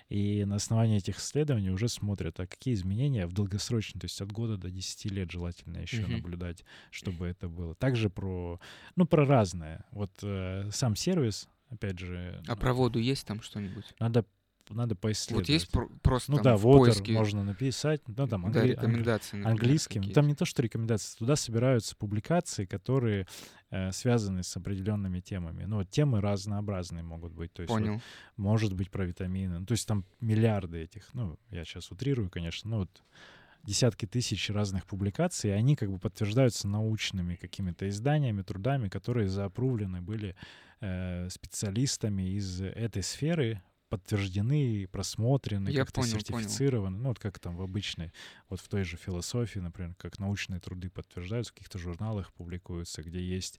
И на основании этих исследований уже смотрят, а какие изменения в долгосрочном, то есть от года до десяти лет желательно еще Мгм. наблюдать, чтобы это было. Также про, ну, про разное. Вот э, сам сервис, опять же, А ну, про воду есть там что-нибудь? надо, надо Вот поисследовать. есть про- просто Ну там да, в water поиске, можно написать, ну там да, англи- англи- рекомендации, например, английским. какие-то. Там не то, что рекомендации, туда собираются публикации, которые э, связаны с определенными темами. Ну, вот темы разнообразные могут быть. То есть вот, Понял. может быть про витамины. Ну, то есть там миллиарды этих, ну, я сейчас утрирую, конечно, ну вот десятки тысяч разных публикаций, и они как бы подтверждаются научными какими-то изданиями, трудами, которые заапрувлены были э, специалистами из этой сферы, подтверждены, просмотрены, Я как-то понял, понял. сертифицированы. Ну, вот как там в обычной, вот в той же философии, например, как научные труды подтверждаются, в каких-то журналах публикуются, где есть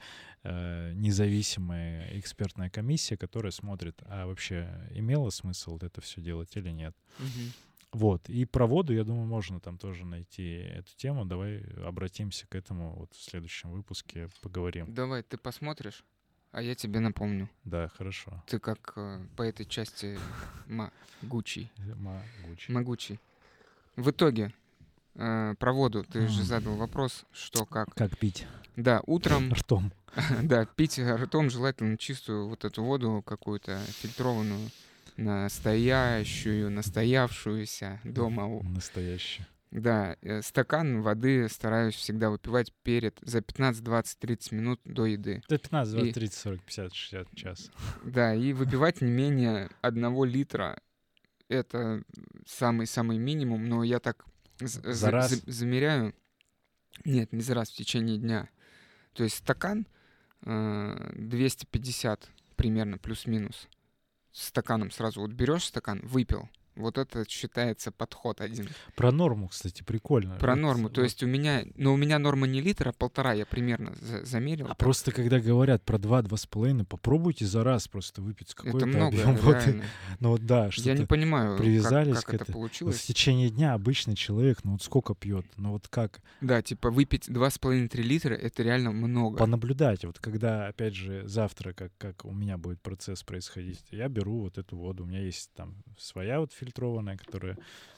э, независимая экспертная комиссия, которая смотрит, а вообще имело смысл это все делать или нет. Мгм. Вот. И про воду, я думаю, можно там тоже найти эту тему. Давай обратимся к этому вот в следующем выпуске, поговорим. Давай, ты посмотришь, а я тебе напомню. Да, хорошо. Ты как э, по этой части могучий. Могучий. Могучий. В итоге, э, про воду ты же М. задал вопрос, что как. Как пить? Да, утром, Ртом. да, пить ртом желательно чистую вот эту воду какую-то фильтрованную, настоящую, настоявшуюся дома. у- Настоящий. Да, э, стакан воды стараюсь всегда выпивать перед, за пятнадцать, двадцать, тридцать минут до еды. Это пятнадцать, И- двадцать, тридцать, сорок, пятьдесят, шестьдесят, час. Да, и выпивать не менее одного литра. Это самый-самый минимум, но я так з- За за- раз? за- замеряю. Нет, не за раз, в течение дня. То есть стакан э, двести пятьдесят примерно, плюс-минус. С стаканом сразу. Вот берешь стакан, выпил. Вот это считается подход один. Про норму, кстати, прикольно. Про Вот- норму. То вот. есть у меня... Но у меня норма не литр, а полтора. Я примерно за- замерил. А так. просто когда говорят про два-два с половиной, попробуйте за раз просто выпить какой-то Это много, объем воды. реально. Ну вот да, Я не что-то понимаю, как, привязались как к это этой- вот в получилось. течение дня обычный человек, ну вот сколько пьет, ну вот как Да, типа выпить два с половиной-три литра, это реально много. понаблюдать, вот когда, опять же, завтра, как, как у меня будет процесс происходить, я беру вот эту воду, у меня есть там своя вот фильтрованная, которая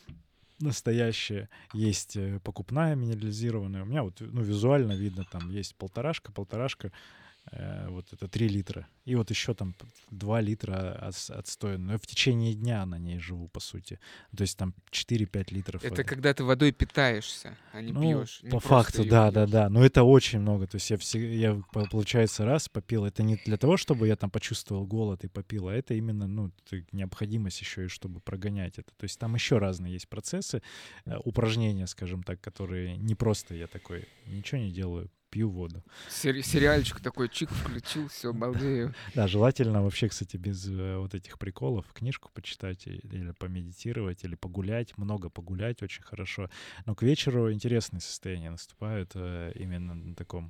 настоящая, есть э, покупная минерализированная, у меня вот, ну, визуально видно, там есть полторашка, полторашка, э, вот это три литра, и вот еще там два литра от- отстоян, но я в течение дня на ней живу, по сути, то есть там четыре-пять литров Это воды. когда ты водой питаешься, а не Ну, пьешь. по факту, да, да, да. Но это очень много. То есть я, все, я, по- получается, раз попил. Это не для того, чтобы я там почувствовал голод и попил, а это именно, ну, т- необходимость еще и чтобы прогонять это. То есть там еще разные есть процессы, э, упражнения, скажем так, которые не просто я такой, ничего не делаю, пью воду. Сери- сериальчик такой, чик, включил, все, балдею. Да, желательно вообще, кстати, без э, вот этих приколов книжку почитать и- или помедитировать, или погулять, много погулять, очень хорошо. Но к вечеру интересные состояния наступают э, именно на таком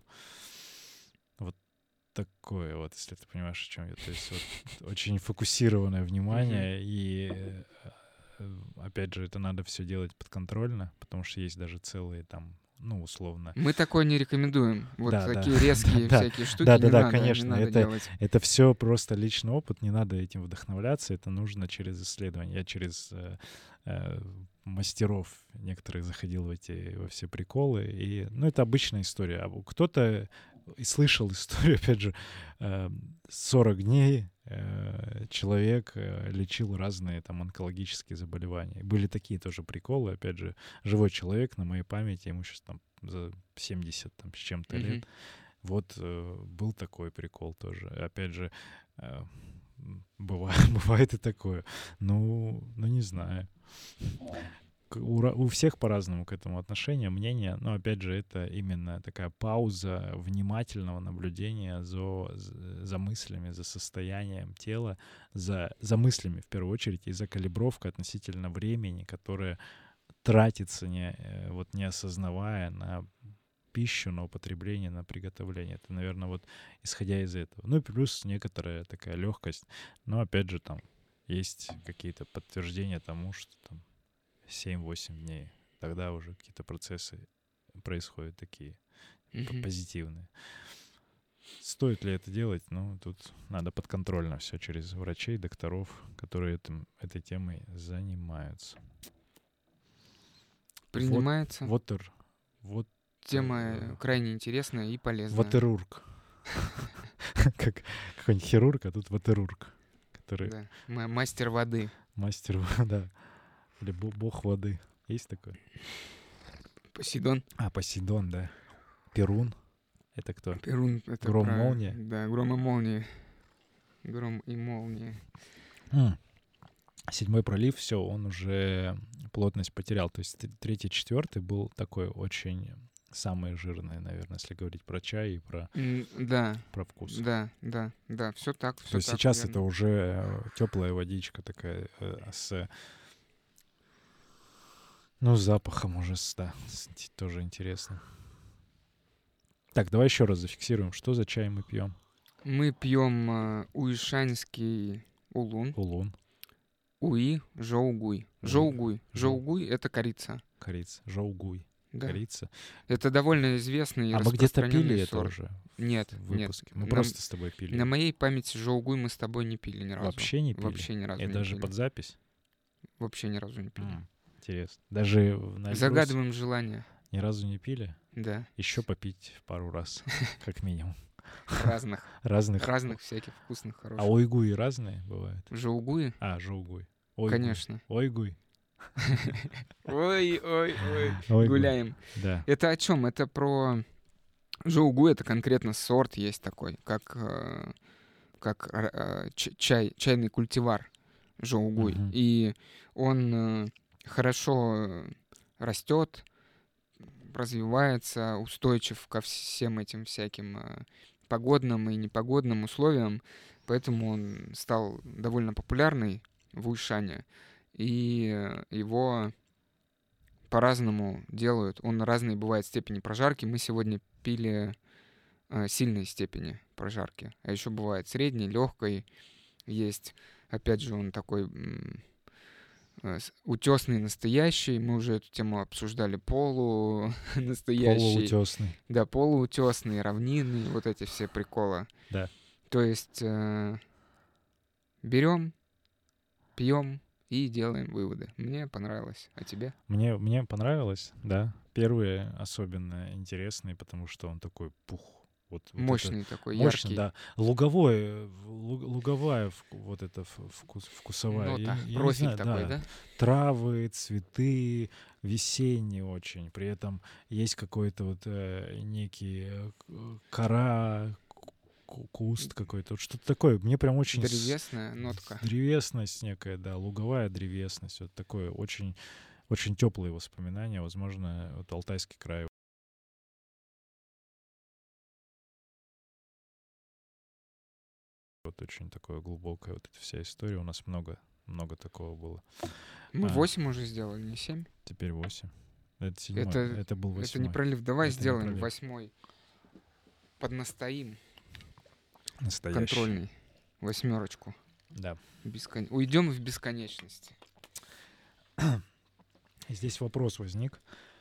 вот такое вот, если ты понимаешь, о чем я. То есть вот очень фокусированное внимание, и э, э, опять же, это надо все делать подконтрольно, потому что есть даже целые там, ну, условно, Мы такое не рекомендуем. Вот Да, да. такие резкие Да, всякие штуки да, да, не да, надо, конечно, не надо это- делать. это все просто личный опыт, не надо этим вдохновляться, это нужно через исследование. Я через э, э, мастеров некоторых заходил в эти во все приколы, и, ну, это обычная история. А кто-то и слышал историю, опять же, э, сорок дней э, человек э, лечил разные там онкологические заболевания. И были такие тоже приколы, опять же, живой человек на моей памяти, ему сейчас там за семьдесят там, с чем-то Мгм. лет. Вот э, был такой прикол тоже. Опять же, Э, Бывает, бывает и такое. Ну, ну не знаю. К- У, ра- у всех по-разному к этому отношение, мнение. Но опять же, это именно такая пауза внимательного наблюдения за, з- за мыслями, за состоянием тела, за, за мыслями в первую очередь и за калибровкой относительно времени, которое тратится, не, э, вот не осознавая на пищу, на употребление, на приготовление. Это, наверное, вот исходя из этого. Ну и плюс некоторая такая легкость. Но опять же, там есть какие-то подтверждения тому, что там семь-восемь дней. Тогда уже какие-то процессы происходят такие п- Мгм. позитивные. Стоит ли это делать? Ну, тут надо подконтрольно все через врачей, докторов, которые этим, этой темой занимаются. Вот, Принимается. вотер, вот, Тема э, крайне интересная и полезная. ватерург. Как какой-нибудь хирург, а тут ватерург, который Да. М- Мастер воды. мастер, да, или бо- бог воды. Есть такой? Посейдон. А, Посейдон, да. Перун. Это кто? Перун — это Гром, про... молния? Да, гром и молния. Гром и молния. М. Седьмой пролив, все, он уже плотность потерял. То есть т- третий, четвертый был такой очень самый жирный, наверное, если говорить про чай и про, М, Да, про вкус. да, да, да, все так, То все есть так, сейчас верно. это уже теплая водичка такая э, с, ну, с запахом уже, с- да, с- т- тоже интересно. Так, давай еще раз зафиксируем, что за чай мы пьем. Мы пьем э, уишанский улун. Улун, Уи жоугуй. Уи, Жоугуй. жоу, Жоугуй — это корица. корица, жоугуй, Да. корица. Это довольно известный и А мы где-то пили распространенный это сорт. уже Нет, в нет. выпуске? Мы На, просто с тобой пили. на моей памяти жоугуй мы с тобой не пили ни разу. Вообще не пили? Вообще ни разу И не даже пили. под запись? Вообще ни разу не пили. М, интересно. Даже в- на Эльбрусе Загадываем желание. ни разу не пили? Да. Еще попить пару раз, как минимум. Разных. Разных. Разных всяких вкусных, А хороших. ойгуи разные бывают? Жоугуи? А, жоугуй. Ойгуй. Конечно. Ойгуй. Ой, ой, ой. Ойгуй. Гуляем. Да. Это о чем? Это про... Жоугуй — это конкретно сорт есть такой, как, э, как э, ч- чай, чайный культивар жоугуй. Мгм. И он э, хорошо э, растет, развивается, устойчив ко всем этим всяким э, погодным и непогодным условиям, поэтому он стал довольно популярный в Уишане, и э, его по-разному делают. Он разной бывает степени прожарки. Мы сегодня пили э, сильной степени прожарки, а еще бывает средней, легкой. Есть, опять же, он такой м, э, с- утесный, настоящий. Мы уже эту тему обсуждали. Полу настоящий. Полуутесный. Да, полуутесные, равнинные, вот эти все приколы. Да. То есть э, берем, пьем и делаем выводы. Мне понравилось. А тебе? Мне, мне понравилось, да. Первые особенно интересные, потому что он такой пух. Вот, вот это Мощный такой, мощный, яркий. да. Луговой, э, лу- луговая вк- вот эта в- вкус, вкусовая. Я Нота, не- я не профиль знаю, такой, да. да? Травы, цветы, весенний очень. При этом есть какой-то вот э, некий э, к- кора, ку- куст какой-то. Вот что-то такое. Мне прям очень... с- Древесная нотка. Древесность некая, да, луговая древесность. Вот такое очень, очень теплые воспоминания. Возможно, вот Алтайский край. Вот очень такое глубокое, вот эта вся история. У нас много, много такого было. Мы А. восемь уже сделали, не семь. Теперь восемь. Это седьмой. Это, Это, был восьмой. это не пролив. Давай Это не сделаем пролив. восьмой. Поднастоим. Настоящий. Контрольный. Восьмерочку. Да. Бескон... Уйдем в бесконечность. Здесь вопрос возник.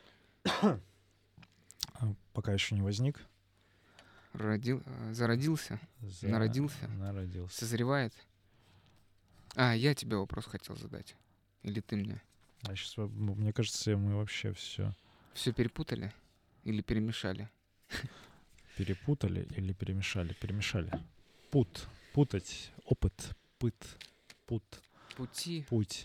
А, Пока еще не возник. Родил... э, Зародился? За- Народился? Народился. Созревает? А, я тебе вопрос хотел задать. Или ты мне? А сейчас, мне кажется, мы вообще все Все перепутали? Или перемешали? перепутали или перемешали? Перемешали. Пут. Путать. Опыт. Пыт. Пут. Пути, Путь.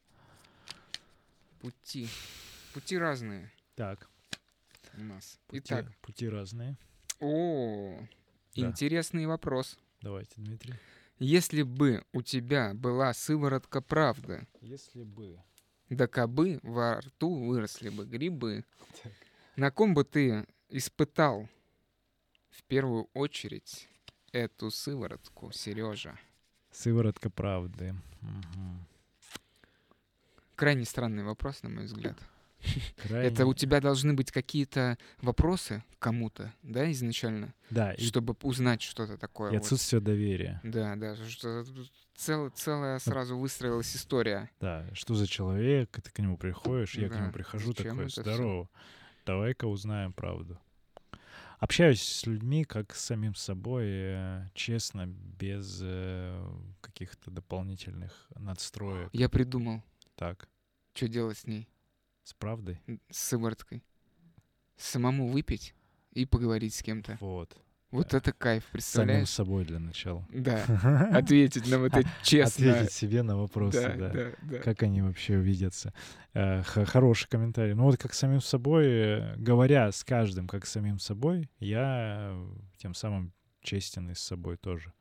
пути. Пути разные Так. у нас. Пути, Итак. пути разные. О, Да. интересный вопрос. Давайте, Дмитрий. Если бы у тебя была сыворотка правды, Если бы... да кабы во рту выросли бы грибы, Так. на ком бы ты испытал в первую очередь эту сыворотку, Сережа? Сыворотка правды. Мгм. Крайне странный вопрос, на мой взгляд. Крайне... Это у тебя должны быть какие-то вопросы к кому-то, да, изначально, Да, и, чтобы узнать что-то такое. и вот. отсутствие доверия. Да, да, что цел, целая сразу выстроилась история. Да, что за человек, ты к нему приходишь, я к Да, нему прихожу зачем такой, это всё? здорово, давай-ка узнаем правду. Общаюсь с людьми как с самим собой, э, честно, без э, каких-то дополнительных надстроек. Я придумал, Так, что делать с ней, с правдой. н- с сывороткой. Самому выпить и поговорить с кем-то. Вот. Вот Да. это кайф, С самим представляешь? собой для начала. Да, ответить нам это честно. Ответить себе на вопросы, Да, да. да, да. Как они вообще увидятся. Э, х- Хороший комментарий. Ну вот как с самим собой, э, говоря с каждым как с самим собой, я э, тем самым честен и с собой тоже.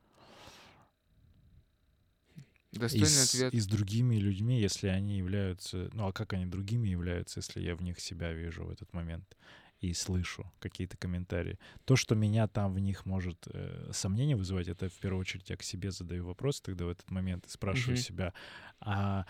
И Достойный с, ответ. и с другими людьми, если они являются... Ну а как они другими являются, если я в них себя вижу в этот момент и слышу какие-то комментарии. То, что меня там в них может э, сомнения вызывать, это в первую очередь я к себе задаю вопрос тогда в этот момент и спрашиваю Мгм. себя, а,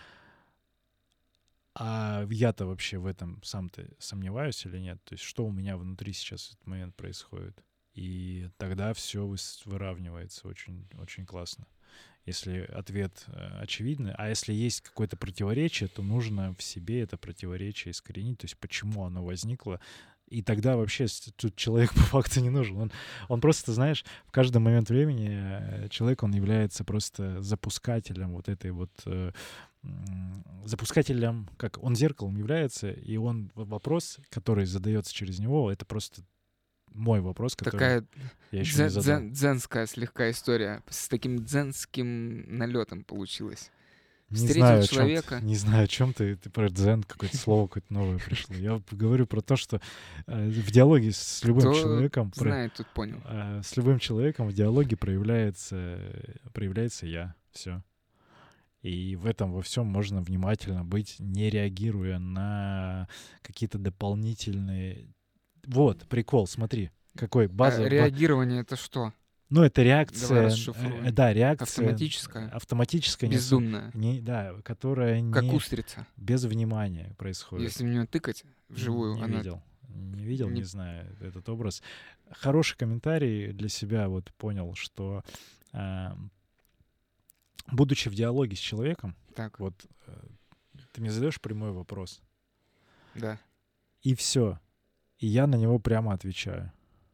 а я-то вообще в этом сам-то сомневаюсь или нет? То есть что у меня внутри сейчас в этот момент происходит? И тогда все выравнивается очень, очень классно. Если ответ э, очевидный, а если есть какое-то противоречие, то нужно в себе это противоречие искоренить, то есть почему оно возникло. И тогда вообще с- тут человек по факту не нужен. Он, он просто, знаешь, в каждый момент времени э, человек, он является просто запускателем вот этой вот... э, м, запускателем, как он зеркалом является, и он в- вопрос, который задается через него, это просто мой вопрос, который Такая я еще не дзен- задал. дзен- дзенская слегка история. С таким дзенским налетом получилось. Не Встретил знаю, о чем человека. ты, не знаю, о чем ты, ты про дзен, какое-то слово какое-то новое пришло. Я говорю про то, что э, в диалоге с любым Кто человеком, про- знает, тут понял. э, с любым человеком в диалоге проявляется, э, проявляется я, все. И в этом во всем можно внимательно быть, не реагируя на какие-то дополнительные. Вот прикол, смотри, какой А база. ба- реагирование это что? Ну, это Давай реакция, расшифруем. э, да, реакция Автоматическая? автоматическая, не со- Бездумная. не, да, которая Как не устрица. без внимания происходит. Если в нее тыкать вживую, Не она... видел, не видел, не не- знаю этот образ. Хороший комментарий для себя вот понял, что а, будучи в диалоге с человеком, Так, вот э, ты мне задаешь прямой вопрос, да. и все, и я на него прямо отвечаю.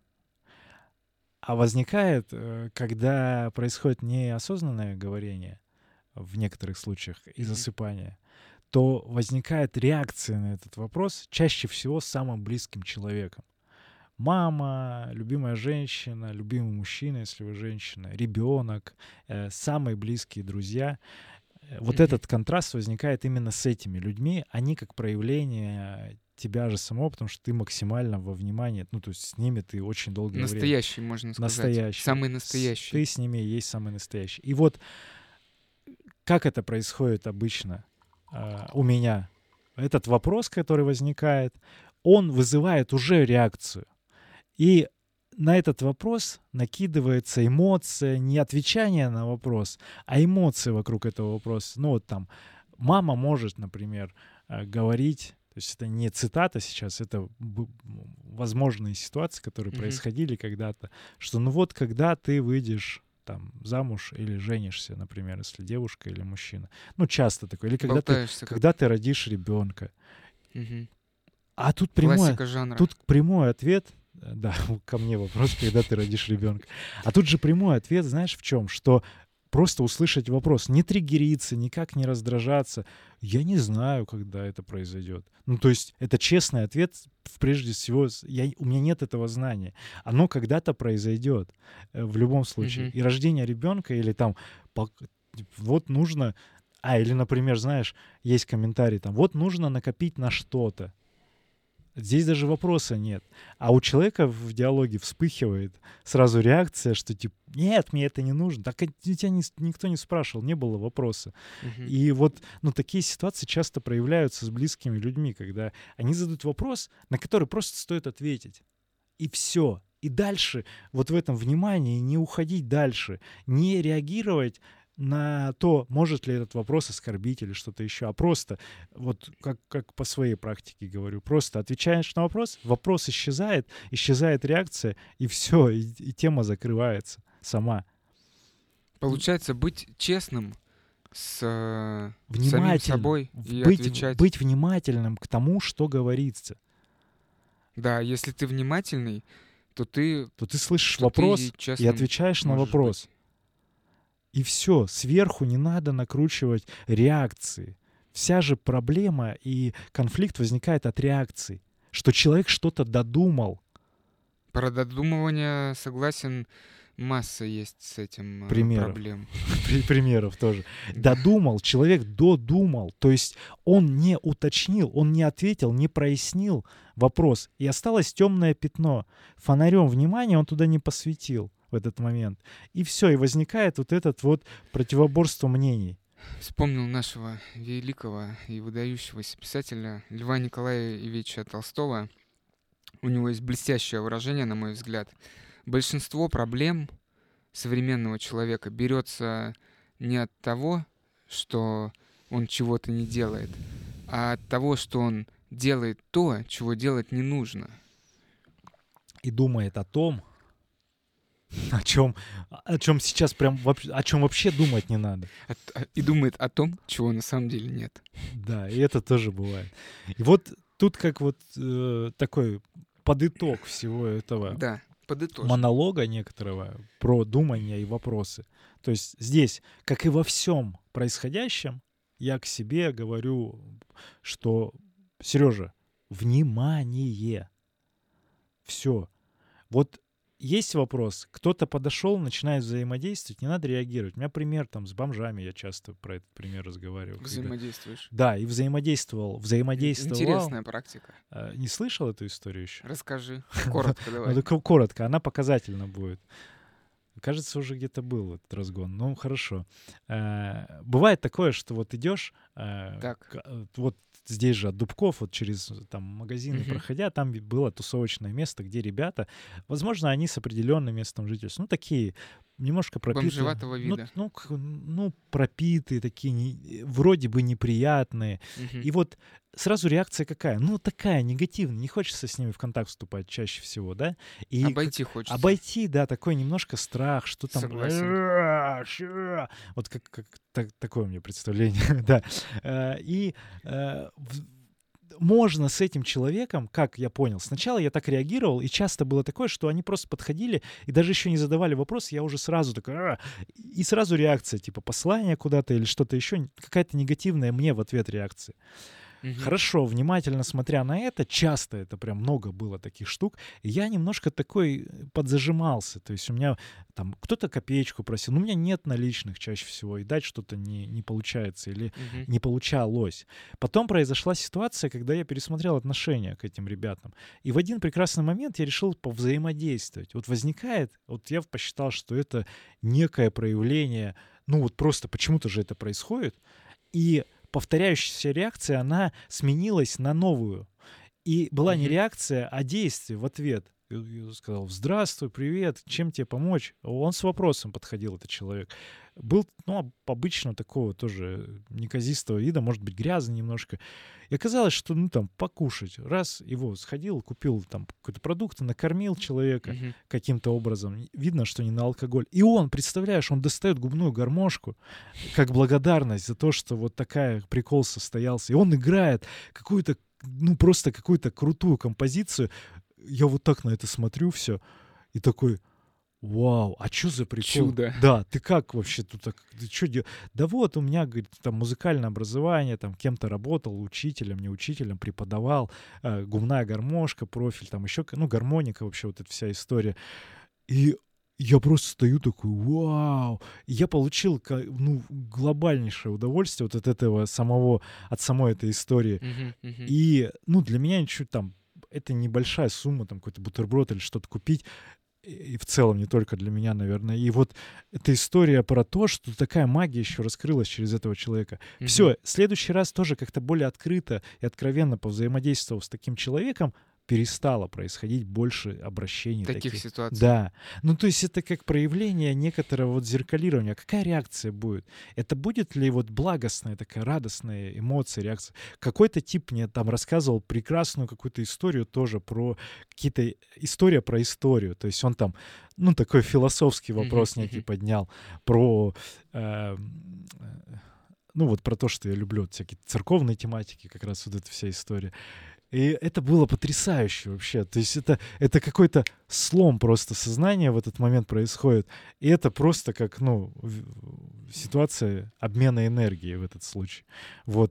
А возникает, э, когда происходит неосознанное говорение в некоторых случаях и Мгм. засыпание, то возникает реакция на этот вопрос чаще всего с самым близким человеком. Мама, любимая женщина, любимый мужчина, если вы женщина, ребенок, э, самые близкие друзья. Э, Вот Мгм. этот контраст возникает именно с этими людьми. Они как проявление тебя же самого, потому что ты максимально во внимании, ну, то есть с ними ты очень долгое время. Настоящий, можно сказать. Настоящий. Самый С- настоящий. Ты с ними и есть самый настоящий. И вот как это происходит обычно а, у меня? Этот вопрос, который возникает, он вызывает уже реакцию. И на этот вопрос накидывается эмоция, не отвечание на вопрос, а эмоции вокруг этого вопроса. Ну вот там мама может, например, э, говорить, то есть это не цитата сейчас, это б- возможные ситуации, которые Мгм. происходили когда-то, что ну вот когда ты выйдешь там замуж или женишься, например, если девушка или мужчина. Ну часто такое. Или когда ты, Болтаешься как... когда ты родишь ребенка. Мгм. А тут прямое, Классика жанра. тут прямой ответ, э, да, ко мне вопрос, когда ты родишь ребенка. А тут же прямой ответ, знаешь, в чем? Что просто услышать вопрос, не триггериться, никак не раздражаться. Я не знаю, когда это произойдет. Ну, то есть это честный ответ, в- прежде всего, с- я, у меня нет этого знания. Оно когда-то произойдет э, в любом случае. Мгм. И рождение ребенка или там пок- вот нужно... А, или, например, знаешь, есть комментарий там, вот нужно накопить на что-то. Здесь даже вопроса нет. А у человека в диалоге вспыхивает сразу реакция, что типа, нет, мне это не нужно. Так и тебя не- никто не спрашивал, не было вопроса. Мгм. И вот, ну, такие ситуации часто проявляются с близкими людьми, когда они задают вопрос, на который просто стоит ответить. И все. И дальше вот в этом внимании не уходить дальше, не реагировать на то, может ли этот вопрос оскорбить или что-то еще, а просто, вот как, как по своей практике говорю, просто отвечаешь на вопрос, вопрос исчезает, исчезает реакция, и все, и, и тема закрывается сама. Получается, быть честным с э, самим Внимательным, собой в- и быть, отвечать. быть внимательным к тому, что говорится. Да, если ты внимательный, то ты, То ты слышишь что вопрос ты и честным отвечаешь на можешь вопрос. быть. И все, сверху не надо накручивать реакции. Вся же проблема и конфликт возникает от реакций, что человек что-то додумал. Про додумывание согласен, масса есть с этим э, Примеров. проблем. При- Примеров тоже. Да. Додумал, человек додумал. То есть он не уточнил, он не ответил, не прояснил вопрос. И осталось темное пятно. Фонарем внимания он туда не посветил в этот момент. И все, и возникает вот этот вот противоборство мнений. Вспомнил нашего великого и выдающегося писателя Льва Николаевича Толстого. У него есть блестящее выражение, на мой взгляд. Большинство проблем современного человека берется не от того, что он чего-то не делает, а от того, что он делает то, чего делать не нужно. И думает о том, о чем, о чем сейчас прям вообще, о чем вообще думать не надо. От- а- и думает о том, чего на самом деле нет. Да, и это тоже бывает. И вот тут как вот э, такой подыток всего этого Да, подытожим. монолога некоторого про думание и вопросы. То есть здесь, как и во всем происходящем, я к себе говорю, что, Сережа, внимание. Все. Вот есть вопрос, кто-то подошел, начинает взаимодействовать, не надо реагировать. У меня пример там с бомжами, я часто про этот пример разговариваю. когда- Взаимодействуешь. Да, и взаимодействовал, взаимодействовал. Интересная практика. А, Не слышал эту историю еще? Расскажи. Коротко Ну, давай. так коротко, она показательна будет. Кажется, уже где-то был этот разгон. Ну, хорошо. Э, Бывает такое, что вот идешь, э, Так. к- э, вот здесь же от Дубков, вот через там магазины Мгм. проходя, там ведь было тусовочное место, где ребята, возможно, они с определенным местом жительства, ну, такие немножко пропитые. Бомжеватого ну, вида. Ну, к- ну, пропитые такие, не- вроде бы неприятные. Мгм. И вот сразу реакция какая? Ну, такая, негативная. Не хочется с ними в контакт вступать чаще всего, да? И как- Обойти хочется. Обойти, да, такой немножко страх, что там... Согласен. «Э, ща». Вот как, как так- такое у меня представление, да. Э, И э, в- можно с этим человеком, как я понял, сначала я так реагировал, и часто было такое, что они просто подходили и даже еще не задавали вопрос, я уже сразу такой... «А». И сразу реакция, типа послание куда-то или что-то еще, какая-то негативная мне в ответ реакция. Мгм. Хорошо, внимательно смотря на это, часто это прям много было таких штук, и я немножко такой подзажимался. То есть у меня там кто-то копеечку просил, но у меня нет наличных чаще всего, и дать что-то не, не получается или Мгм. не получалось. Потом произошла ситуация, когда я пересмотрел отношения к этим ребятам. И в один прекрасный момент я решил повзаимодействовать. Вот возникает, вот я посчитал, что это некое проявление, ну вот просто почему-то же это происходит, и повторяющаяся реакция, она сменилась на новую. И была не Мгм. реакция, а действие в ответ. Я я сказал: здравствуй, привет, чем тебе помочь? Он с вопросом подходил, этот человек. Был, ну, об- обычно такого тоже неказистого вида, может быть, грязный немножко. И оказалось, что, ну, там, покушать. Раз его сходил, купил там какой-то продукт, накормил человека Мгм. каким-то образом. Видно, что не на алкоголь. И он, представляешь, он достает губную гармошку как благодарность за то, что вот такая прикол состоялся. И он играет какую-то, ну, просто какую-то крутую композицию. Я вот так на это смотрю все и такой: вау, а что за прикол? Чудо. Да, ты как вообще тут так? Ты чё дел- Да вот у меня, говорит, там музыкальное образование, там кем-то работал, учителем, не учителем, преподавал, э, губная гармошка, профиль, там еще, ну, гармоника вообще, вот эта вся история. И я просто стою такой: вау! И я получил, ка- ну, глобальнейшее удовольствие вот от этого самого, от самой этой истории. Мгм. Мгм. И, ну, для меня ничего там, это небольшая сумма, там какой-то бутерброд или что-то купить. И в целом не только для меня, наверное. И вот эта история про то, что такая магия еще раскрылась через этого человека. Мгм. Все, в следующий раз тоже как-то более открыто и откровенно повзаимодействовав с таким человеком, перестало происходить больше обращений Таких таких. ситуаций. Да. Ну, то есть это как проявление некоторого вот зеркалирования. Какая реакция будет? Это будет ли вот благостная такая радостная эмоция, реакция? Какой-то тип мне там рассказывал прекрасную какую-то историю тоже про какие-то... История про историю. То есть он там, ну, такой философский Мгм, вопрос некий мгм. поднял про... эм, э, ну, вот про то, что я люблю вот всякие церковные тематики, как раз вот эта вся история. И это было потрясающе вообще. То есть это, это какой-то слом просто сознания в этот момент происходит. И это просто как, ну, в- ситуация обмена энергии в этот случай. Вот.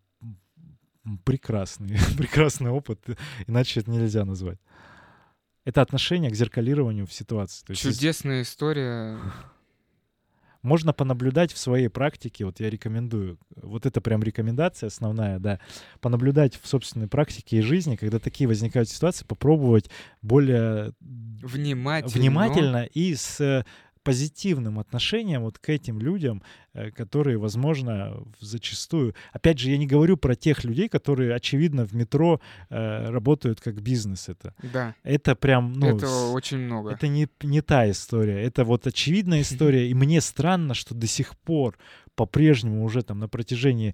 м, Прекрасный, прекрасный опыт. Иначе это нельзя назвать. Это отношение к зеркалированию в ситуации. То есть если- Чудесная история. можно понаблюдать в своей практике, вот я рекомендую, вот это прям рекомендация основная, да, понаблюдать в собственной практике и жизни, когда такие возникают ситуации, попробовать более Внимательно. внимательно и с э, позитивным отношением вот к этим людям, э, которые, возможно, в- зачастую... Опять же, я не говорю про тех людей, которые, очевидно, в метро э, работают как бизнес это. Да, Это прям, ну, этого с- очень много. это не, не та история. Это вот очевидная история. И мне странно, что до сих пор по-прежнему уже там на протяжении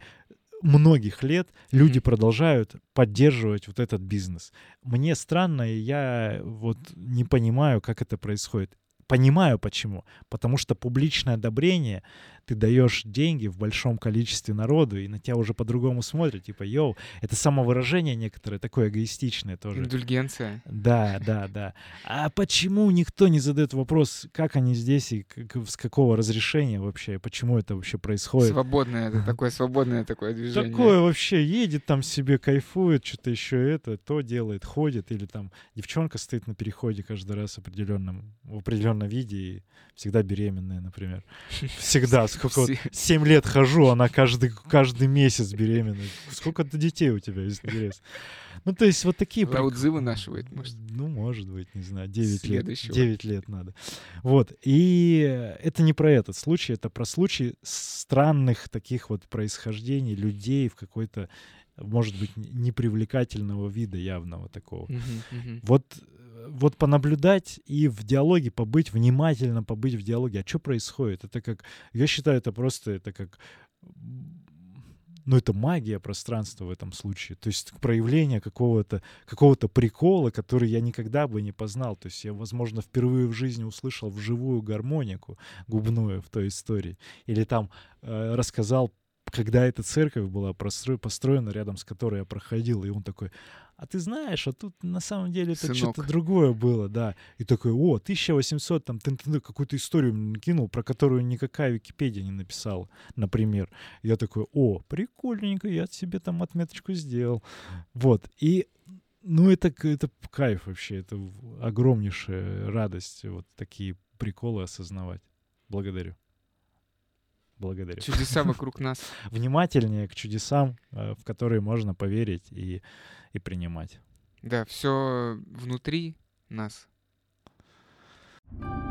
многих лет люди Мгм. продолжают поддерживать вот этот бизнес. Мне странно, и я вот не понимаю, как это происходит. Понимаю почему. Потому что публичное одобрение, ты даешь деньги в большом количестве народу, и на тебя уже по-другому смотрят. Типа, йоу, это самовыражение некоторое, такое эгоистичное тоже. Индульгенция. Да, да, да. А почему никто не задает вопрос, как они здесь и как- с какого разрешения вообще, почему это вообще происходит? Свободное, это такое свободное такое движение. Такое вообще едет там себе, кайфует, что-то еще это, то делает, ходит, или там девчонка стоит на переходе каждый раз определенном, в определенном виде и всегда беременная, например. Всегда, сколько вот, Все- семь лет хожу, она каждый, каждый месяц беременная. Сколько-то детей у тебя, если интересно. Ну, то есть вот такие... прик- Лаудзы вынашивает, может. Ну, может быть, не знаю, девять лет. Следующего. девять лет надо. Вот. И это не про этот случай, это про случай странных таких вот происхождений людей в какой-то, может быть, н- непривлекательного вида явного такого. Мгм, мгм. Вот, э, вот понаблюдать и в диалоге побыть, внимательно побыть в диалоге. А что происходит? Это как... Я считаю, это просто это как... м, Ну, это магия пространства в этом случае. То есть проявление какого-то какого-то прикола, который я никогда бы не познал. То есть я, возможно, впервые в жизни услышал вживую гармонику губную в той истории. Или там э, рассказал, когда эта церковь была простро- построена, рядом с которой я проходил. И он такой, а ты знаешь, а тут на самом деле это что-то Сынок. другое было, да. И такой, о, тысяча восемьсот, там, ты, ты какую-то историю мне накинул, про которую никакая Википедия не написала, например. Я такой, о, прикольненько, я себе там отметочку сделал. Вот. И, ну, это, к- это кайф вообще, это в- огромнейшая радость вот такие приколы осознавать. Благодарю. Благодарю. Чудеса вокруг нас. Внимательнее к чудесам, э, в которые можно поверить и, и принимать. Да, все внутри нас.